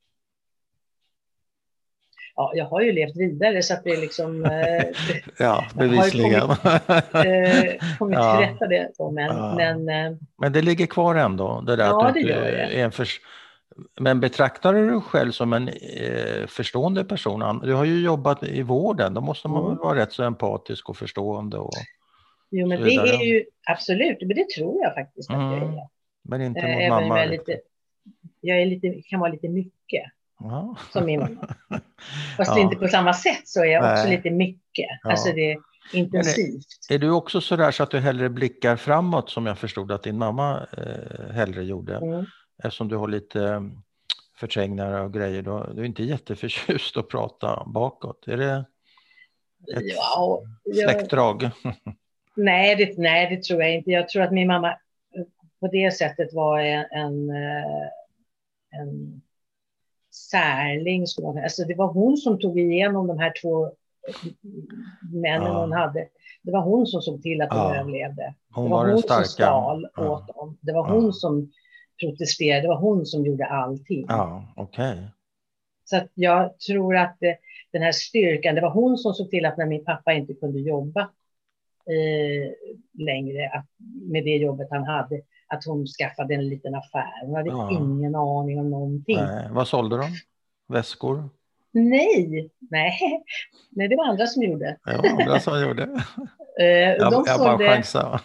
Ja, jag har ju levt vidare så att det är liksom... bevisligen. kommit till rätta det. Så, men det ligger kvar ändå. Det där att du inte är men betraktar du dig själv som en förstående person? Du har ju jobbat i vården. Då måste man väl vara rätt så empatisk och förstående. Jo, men det är ju absolut. Men det tror jag faktiskt att jag är. Men inte mot mamma. Jag kan vara lite mycket. Som min mamma. Fast inte på samma sätt så är jag också lite mycket. Alltså det är intensivt. Är du också sådär så att du hellre blickar framåt som jag förstod att din mamma hellre gjorde? Eftersom du har lite förträngningar och grejer. Du är inte jätteförtjust att prata bakåt. Är det ett släktdrag? Nej, det tror jag inte. Jag tror att min mamma på det sättet var en särling. Alltså det var hon som tog igenom de här 2 männen hon hade. Det var hon som såg till att de överlevde. Det var hon som stal åt dem. Det var hon som protesterade. Det var hon som gjorde allting. Så att jag tror att den här styrkan, det var hon som såg till att när min pappa inte kunde jobba längre med det jobbet han hade, att hon skaffade en liten affär. Hon hade ingen aning om någonting. Vad sålde de? Väskor? Nej, det var andra som gjorde. Det var andra som gjorde. Jag bara chansar.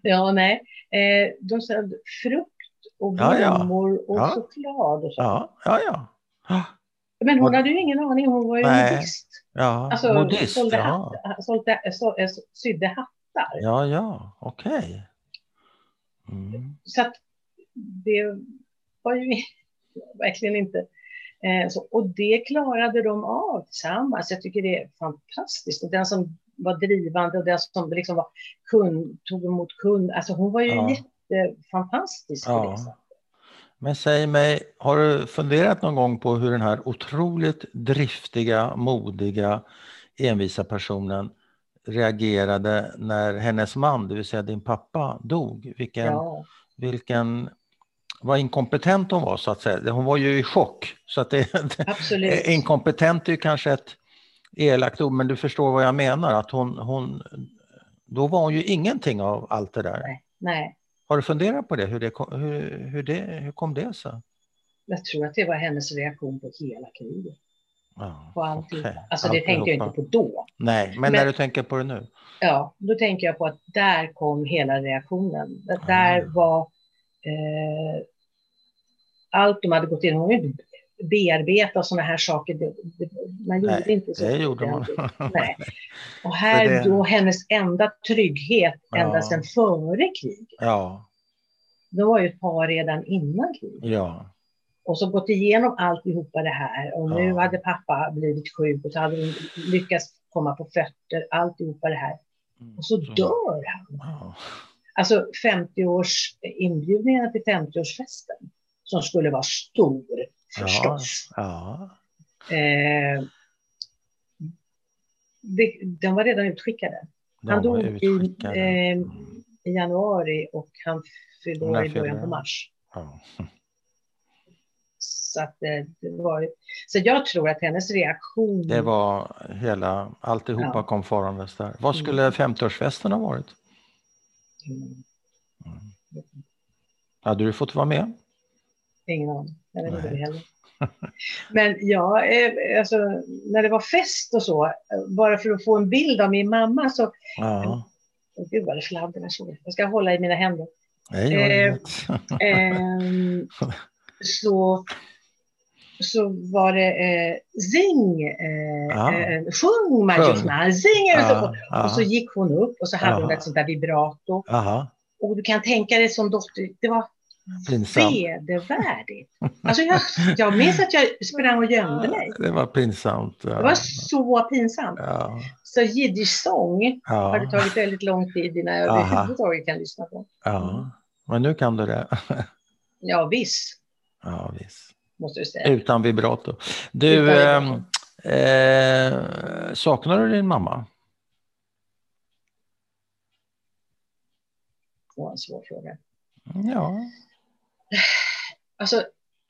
De sålde frukt och blommor och choklad och så. Men hon hade ju ingen aning, hon var ju modist. Modist. Sydde hattar. Okej. Så att det var ju verkligen inte så. Och det klarade de av tillsammans. Jag tycker det är fantastiskt. Och den som var drivande och den som liksom var tog emot kund. Alltså hon var ju jättefantastisk på det sättet. Men säg mig, har du funderat någon gång på hur den här otroligt driftiga, modiga, envisa personen reagerade när hennes man, det vill säga din pappa, dog? Vad inkompetent hon var, så att säga. Hon var ju i chock. Så att inkompetent är ju kanske ett elakt ord, men du förstår vad jag menar. Att då var hon ju ingenting av allt det där. Nej. Har du funderat på det? Hur kom det sig? Jag tror att det var hennes reaktion på hela kriget. På allting. Alltså det tänkte jag inte på då. Nej, men när du tänker på det nu? Ja, då tänker jag på att där kom hela reaktionen. Där var allt de hade gått igenom. bearbeta och sådana här saker. Man gjorde inte så. Det gjorde man. Nej. Och här då hennes enda trygghet ända sedan före krig. Ja. Då var ju ett par redan innan krig. Ja. Och så gått igenom alltihopa det här. Och nu hade pappa blivit sjuk och så hade hon lyckats komma på fötter. Alltihopa det här. Och så dör han. Ja. Alltså inbjudningarna till 50-årsfesten. Som skulle vara stor förstås. Ja. De var redan utskickade. Han dog i januari och han fyllde år i början på mars. Ja. Så att så jag tror att hennes reaktion... Det var alltihopa kom farandes där. Vad skulle 50-årsfesten ha varit? Hade du fått vara med? Ingen aning. Jag vet inte det heller. Men ja, alltså, när det var fest och så, bara för att få en bild av min mamma så... Gud vad det fladdrar så. Jag ska hålla i mina händer. Så var det zing, sjung Majorna, zing, och så gick hon upp och så hade hon ett sånt där vibrato. Och du kan tänka dig som dotter, det var vedervärdigt. Alltså jag minns att jag sprang och gömde mig. Det var pinsamt. Ja. Det var så pinsamt. Ja. Så jiddisch-sång har det tagit väldigt lång tid innan jag överhuvudtaget kan lyssna på. Ja, men nu kan du det. Ja, visst. Ja, visst. Måste du säga. Utan vibrato. Du, saknar du din mamma? Det var en svår fråga. Ja. Alltså,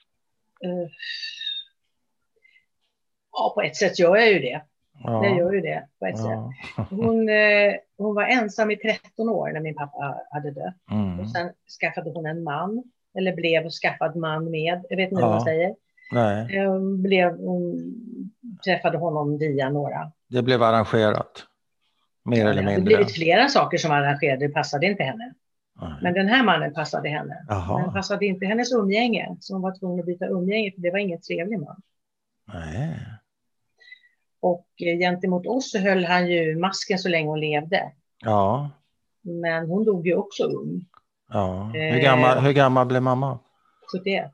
på ett sätt gör jag ju det. Ja. Jag gör ju det på ett sätt. Hon var ensam i 13 år när min pappa hade dött. Och sen skaffade hon en man. Eller blev skaffad man med. Jag vet inte vad man säger. Nej. Hon träffade honom via några. Det blev arrangerat. Mer eller mindre. Det blev flera saker som arrangerade. Det passade inte henne. Men den här mannen passade henne. Men passade inte hennes umgänge. Så hon var tvungen att byta umgänge. För det var ingen trevlig man. Nej. Och gentemot oss så höll han ju masken så länge hon levde. Ja. Men hon dog ju också ung. Ja. Hur gammal blev mamma? 71.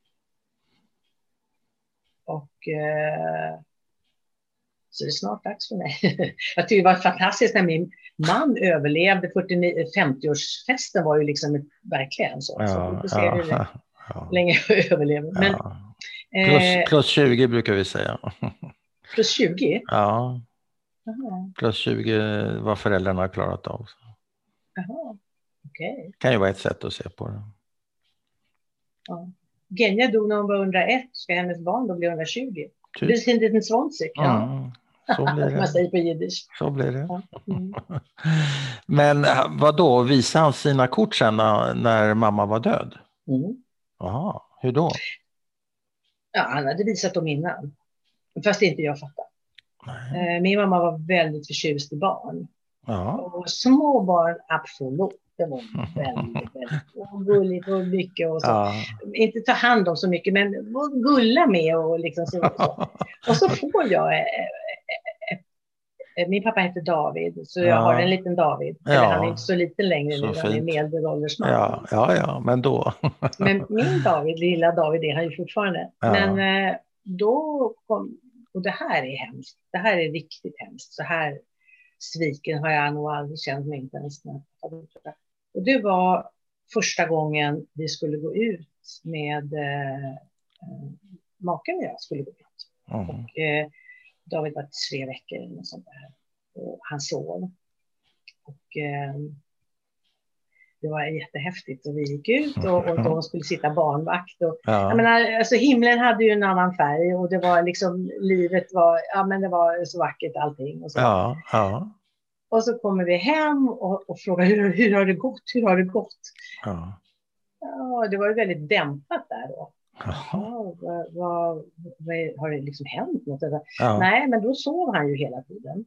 Och så det är snart dags för mig. Jag tycker det var fantastiskt när min man överlevde 50-årsfesten var ju liksom verkligen så. Så vi får se hur länge jag överlever. Men, plus 20 brukar vi säga. Plus 20? Ja. Plus 20 vad föräldrarna har klarat av. Jaha, okej. Kan ju vara ett sätt att se på det. Ja. Genja dog när hon var 101, ska hennes barn då bli 120. Det är en liten svånsik. Ja. Så blir det. Man säger på jiddisch. Så blir det. Men vad då? Visade han sina kort sen när mamma var död? Jaha, hur då? Ja, han hade visat dem innan. Fast inte jag fattar. Min mamma var väldigt förtjust i barn. Och små barn, absolut. Det var väldigt, väldigt gulligt och mycket och så. Inte ta hand om så mycket, men gulla med och liksom så. Och så får jag min pappa heter David, så jag har en liten David. Eller han är inte så liten längre nu, han är medelålders man. Ja, men då. Men min David, lilla David, är han ju fortfarande. Men då kom, och det här är hemskt. Det här är riktigt hemskt. Så här sviken har jag nog aldrig känt mig, inte ens. Och det var första gången vi skulle gå ut med maken och jag skulle gå ut. Och David var 3 veckor eller något sånt där. Och han sov. Och det var jättehäftigt. Och vi gick ut och de skulle sitta barnvakt. Och, jag menar, alltså, himlen hade ju en annan färg. Och det var liksom, livet var, men det var så vackert allting. Och så. Och så kommer vi hem och frågar hur har det gått? Hur har det gått? Ja, det var ju väldigt dämpat där då. Vad har det liksom hänt något? Nej, men då sov han ju hela tiden.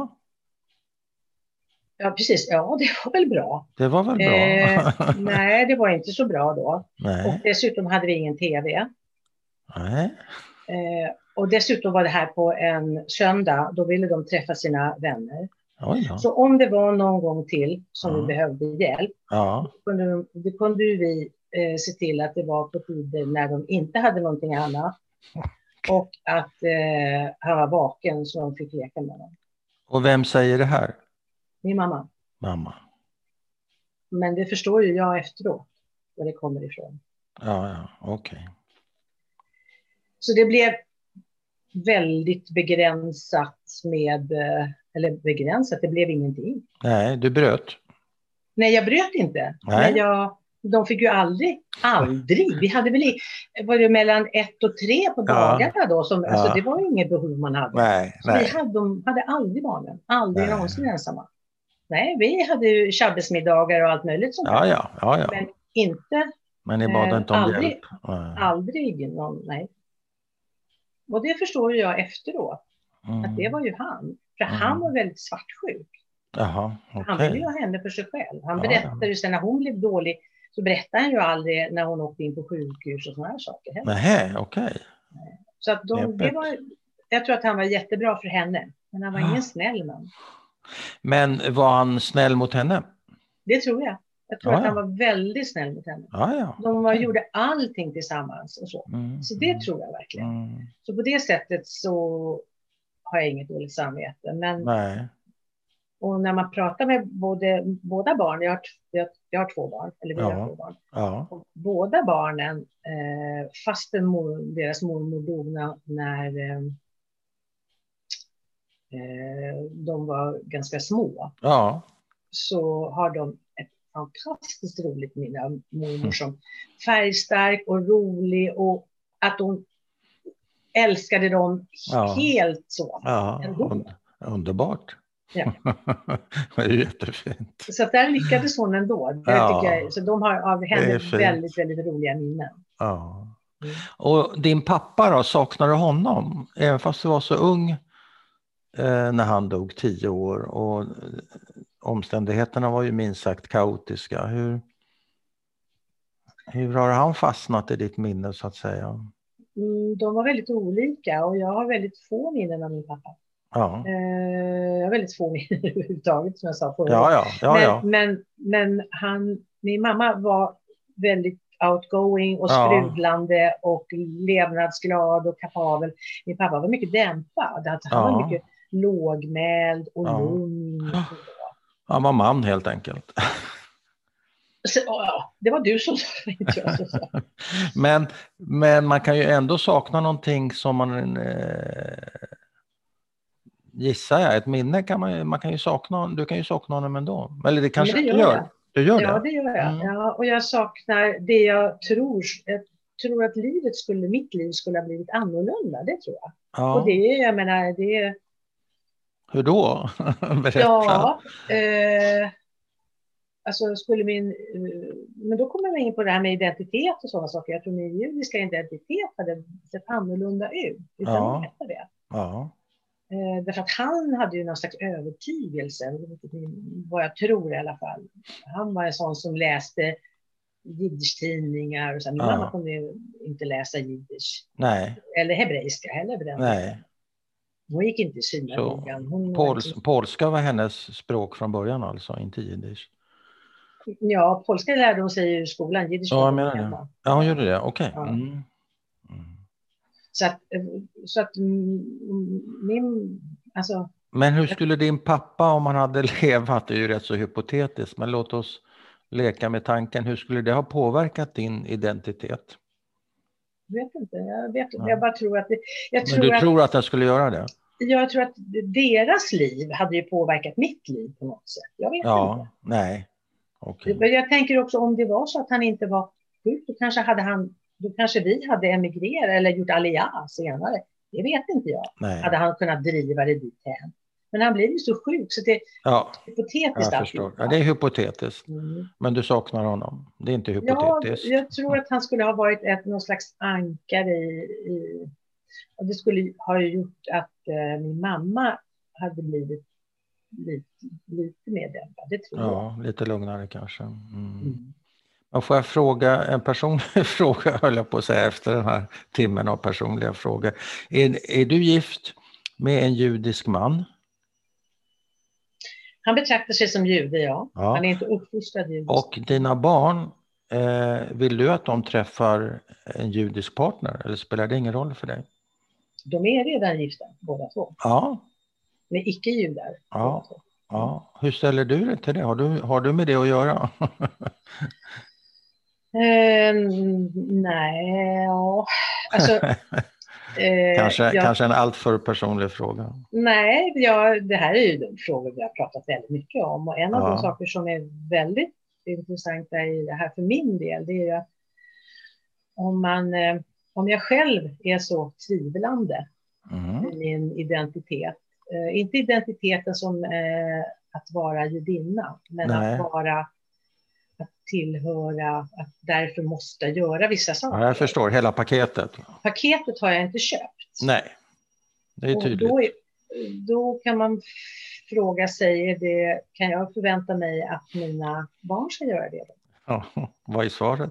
Ja, precis. Ja, det var väl bra. Det var väl bra. Nej, det var inte så bra då. Nej. Och dessutom hade vi ingen tv. Nej. Och dessutom var det här på en söndag. Då ville de träffa sina vänner. Oj då. Så om det var någon gång till som vi behövde hjälp, då kunde vi se till att det var på tider när de inte hade någonting annat. Och att han var vaken så de fick leka med honom. Och vem säger det här? Min mamma. Mamma. Men det förstår ju jag efteråt var det kommer ifrån. Ja, okej. Så det blev väldigt begränsat det blev ingenting. Nej, du bröt. Nej, jag bröt inte. Nej. Men de fick ju aldrig. Vi hade väl var det mellan 1 och 3 på dagarna då. Alltså det var inget behov man hade. Nej. De hade aldrig barnen. Aldrig någonsin ensamma. Nej, vi hade ju shabbesmiddagar och allt möjligt sånt där. Ja. Men inte. Men ni bad inte om hjälp. Aldrig någon, nej. Och det förstår jag efteråt. Att det var ju han. För han var väldigt svartsjuk. Jaha, okay. Han ville ju ha henne för sig själv. Han berättade ju sen när hon blev dålig. Så berättade han ju aldrig när hon åkte in på sjukhus och såna här saker. Nej, okej. Så att jag tror att han var jättebra för henne. Men han var ingen snäll man. Men var han snäll mot henne? Det tror jag. Jag tror att han var väldigt snäll mot henne. De gjorde allting tillsammans och så. Så det tror jag verkligen. Så på det sättet så har jag inget dåligt samvete. Men, och när man pratar med båda barn, jag har 2 barn, eller vi har 2 barn. Och båda barnen, fastän deras mormor dog när de var ganska små. Så har de ett fantastiskt roligt minne av mormor som färgstark och rolig och att hon älskade dem helt så. Underbart. Ja. Det är jättefint. Så att där lyckades hon ändå. Tycker jag, så de har av henne väldigt, väldigt roliga minnen. Och din pappa då, saknar du honom? Även fast du var så ung när han dog 10 år och omständigheterna var ju minst sagt kaotiska. Hur har han fastnat i ditt minne så att säga? De var väldigt olika och jag har väldigt få minnen av min pappa. Jag har väldigt få minnen överhuvudtaget som jag sa förut. Men min mamma var väldigt outgoing och sprudlande och levnadsglad och kapabel. Min pappa var mycket dämpad. Han var mycket lågmäld och lugn. Han var man helt enkelt. Så, det var du som sa det. Men man kan ju ändå sakna någonting som man gissar jag. Ett minne kan man kan ju sakna. Du kan ju sakna honom ändå. Eller det kanske du gör. Du gör det? Ja, det gör jag. Ja, och jag saknar det jag tror. Jag tror att mitt liv skulle ha blivit annorlunda. Det tror jag. Ja. Och det, jag menar, det... Hur då? Berätta. Ja, alltså men då kommer man in på det här med identitet och sådana saker. Jag tror min judiska identitet hade sett annorlunda ut utan att veta det. Därför att han hade ju någon slags övertygelse, vad jag tror i alla fall. Han var en sån som läste jiddisch-tidningar och så. Min mamma kunde ju inte läsa jiddisch. Nej. Eller hebreiska heller. Nej. Hon gick inte i synagogan. Polska var hennes språk från början alltså, inte jiddisch. Ja, polska lärde hon sig i skolan. Jiddisch jag menar det. Ja, hon gjorde det. Okej. Ja. Så att min... Alltså, men hur skulle din pappa, om han hade levat, det är ju rätt så hypotetiskt, men låt oss leka med tanken, hur skulle det ha påverkat din identitet? Jag vet inte. Jag bara tror att... tror att det skulle göra det? Jag tror att deras liv hade ju påverkat mitt liv på något sätt. Jag vet inte. Nej. Okay. Men jag tänker också om det var så att han inte var sjuk, då kanske vi hade emigrerat eller gjort aliyah senare. Det vet inte jag. Nej. Hade han kunnat driva det dit hän. Men han blev ju så sjuk så det är hypotetiskt. Jag förstår. Ja, det är hypotetiskt. Men du saknar honom. Det är inte hypotetiskt. Ja, jag tror att han skulle ha varit någon slags ankare i och det skulle ha gjort att min mamma hade blivit lite mer dämpad. Det tror jag. Ja, lite lugnare kanske. Och får jag fråga en personlig fråga, höll jag på att säga efter den här timmen av personliga frågor. Är du gift med en judisk man? Han betraktar sig som jude, ja. Han är inte uppfostrad judisk. Och dina barn, vill du att de träffar en judisk partner eller spelar det ingen roll för dig? De är redan gifta, båda två. Ja. Med icke-judar. Ja. Hur ställer du dig till det? Har du med det att göra? Nej, ja. Alltså, kanske en alltför personlig fråga. Nej, det här är ju de frågor vi har pratat väldigt mycket om. Och en av de saker som är väldigt intressanta i det här för min del, det är ju att om jag själv är så tvivlande i min identitet, inte identiteten som att vara judinna, men att tillhöra, att därför måste göra vissa saker. Ja, jag förstår, hela paketet. Paketet har jag inte köpt. Nej, det är tydligt. Då kan man fråga sig, kan jag förvänta mig att mina barn ska göra det? Ja, vad är svaret?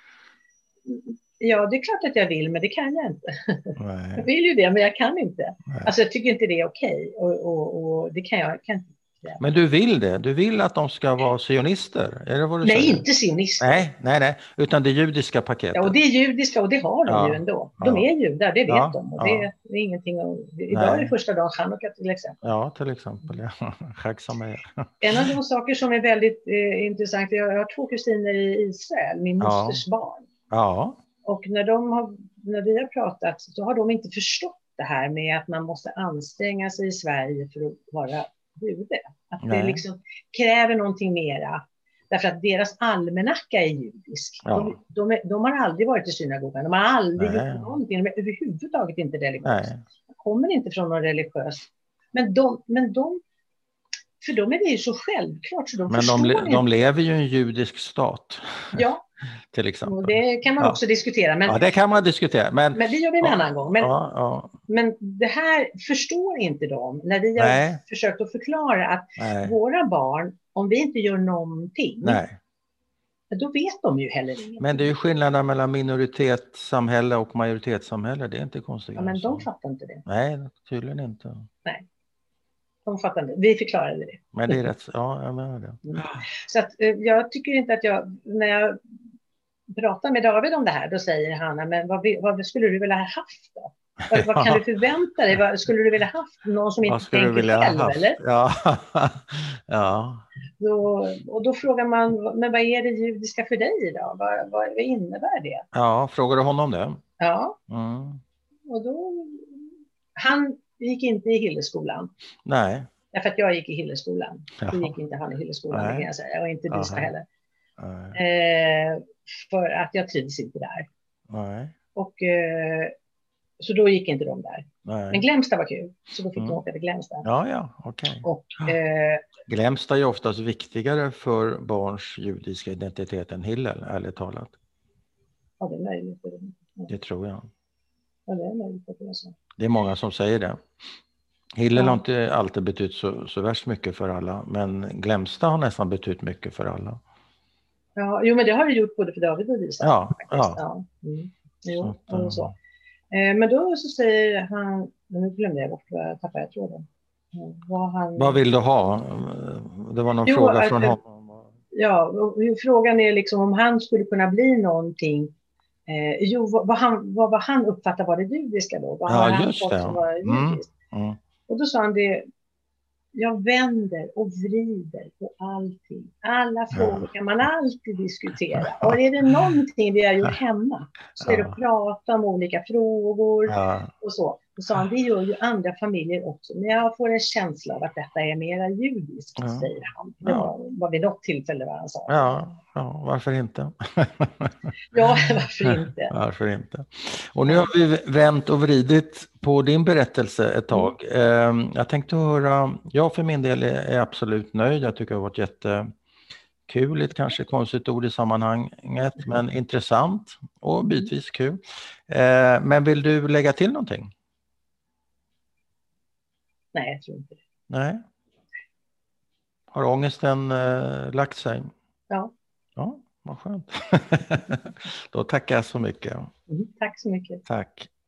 Ja, det är klart att jag vill, men det kan jag inte. Nej. Jag vill ju det, men jag kan inte. Nej. Alltså jag tycker inte det är okej. Och det kan jag inte. Men du vill det? Du vill att de ska vara sionister? Är det vad du Nej, säger? inte sionister. Nej, utan det judiska paketet. Ja, och det är judiska och det har de ju ändå. De är judar, det vet de. Och det är ingenting. Idag är det första dagen Chanukka till exempel. Ja, till exempel. Ja. En av de saker som är väldigt intressant, jag har 2 kusiner i Israel, min mosters barn. Ja. Och när vi har pratat så har de inte förstått det här med att man måste anstränga sig i Sverige för att vara jude. Att det liksom kräver någonting mera. Därför att deras almanacka är judisk. Ja. De har aldrig varit i synagogan. De har aldrig gjort någonting. De är överhuvudtaget inte religiösa. De kommer inte från någon religiös. Men för dem är det ju så självklart. Så de lever ju i en judisk stat. Ja. Till exempel. Och det kan man också diskutera. Men, det kan man diskutera. Men det gör vi en annan gång. Men det här förstår inte de. När vi har försökt att förklara att våra barn, om vi inte gör någonting, då vet de ju heller ingenting. Men det är ju skillnaden mellan minoritetssamhälle och majoritetssamhälle. Det är inte konstigt. Ja, men de fattar inte det. Nej, tydligen inte. Nej. De fattar inte. Vi förklarade det. Men det är rätt. Ja, jag menar det. Så att, jag tycker inte att när jag pratar med David om det här, då säger Hanna, men vad skulle du vilja ha haft då? Vad kan du förvänta dig? Skulle du vilja ha haft någon som inte tänker själv, eller? Ja. Och då frågar man, men vad är det judiska för dig då? Vad innebär det? Ja, frågar du honom det? Ja. Och då, han gick inte i Hilleskolan. Nej. Därför att jag gick i Hilleskolan. Då gick inte han i Hilleskolan, det kan jag säga. Och inte du heller. För att jag trivs inte där. Nej. Och så då gick inte de där. Nej. Men Glämsta var kul. Så då fick de åka till Glämsta. Ja, okej. Och Glämsta är oftast viktigare för barns judiska identitet än Hillel, ärligt talat. Ja, det är möjligt. Det tror jag. Ja, det är möjligt att det är så. Det är många som säger det. Hillel har inte alltid betytt så värst mycket för alla, men Glämsta har nästan betytt mycket för alla. Ja, jo, men det har det gjort både för David och Lisa. Ja. Jo, och så. Men då så säger han, nu glömde jag bort, tappade jag tråden. Vad vill du ha? Det var någon fråga från honom. Ja, och frågan är liksom om han skulle kunna bli någonting. Vad han uppfattar var det judiska då. Vad har han fått som var judiskt? Och då sa han det, jag vänder och vrider på allting. Alla frågor kan man alltid diskutera. Och är det någonting vi har gjort hemma så är det att prata om olika frågor och så. Och sa han, det gör ju andra familjer också. Men jag får en känsla av att detta är mera judiskt, säger han. Det var vid något tillfälle vad han sa. Ja, varför inte? Ja, varför inte? Varför inte? Och nu har vi vänt och vridit på din berättelse ett tag. Jag tänkte höra, jag för min del är absolut nöjd. Jag tycker det har varit jättekul, ett kanske konstigt ord i sammanhanget, men intressant och bitvis kul. Men vill du lägga till någonting? Nej, jag tror inte det. Nej. Har ångesten lagt sig? Ja. Ja, vad skönt. Då tackar jag så mycket. Tack så mycket. Tack.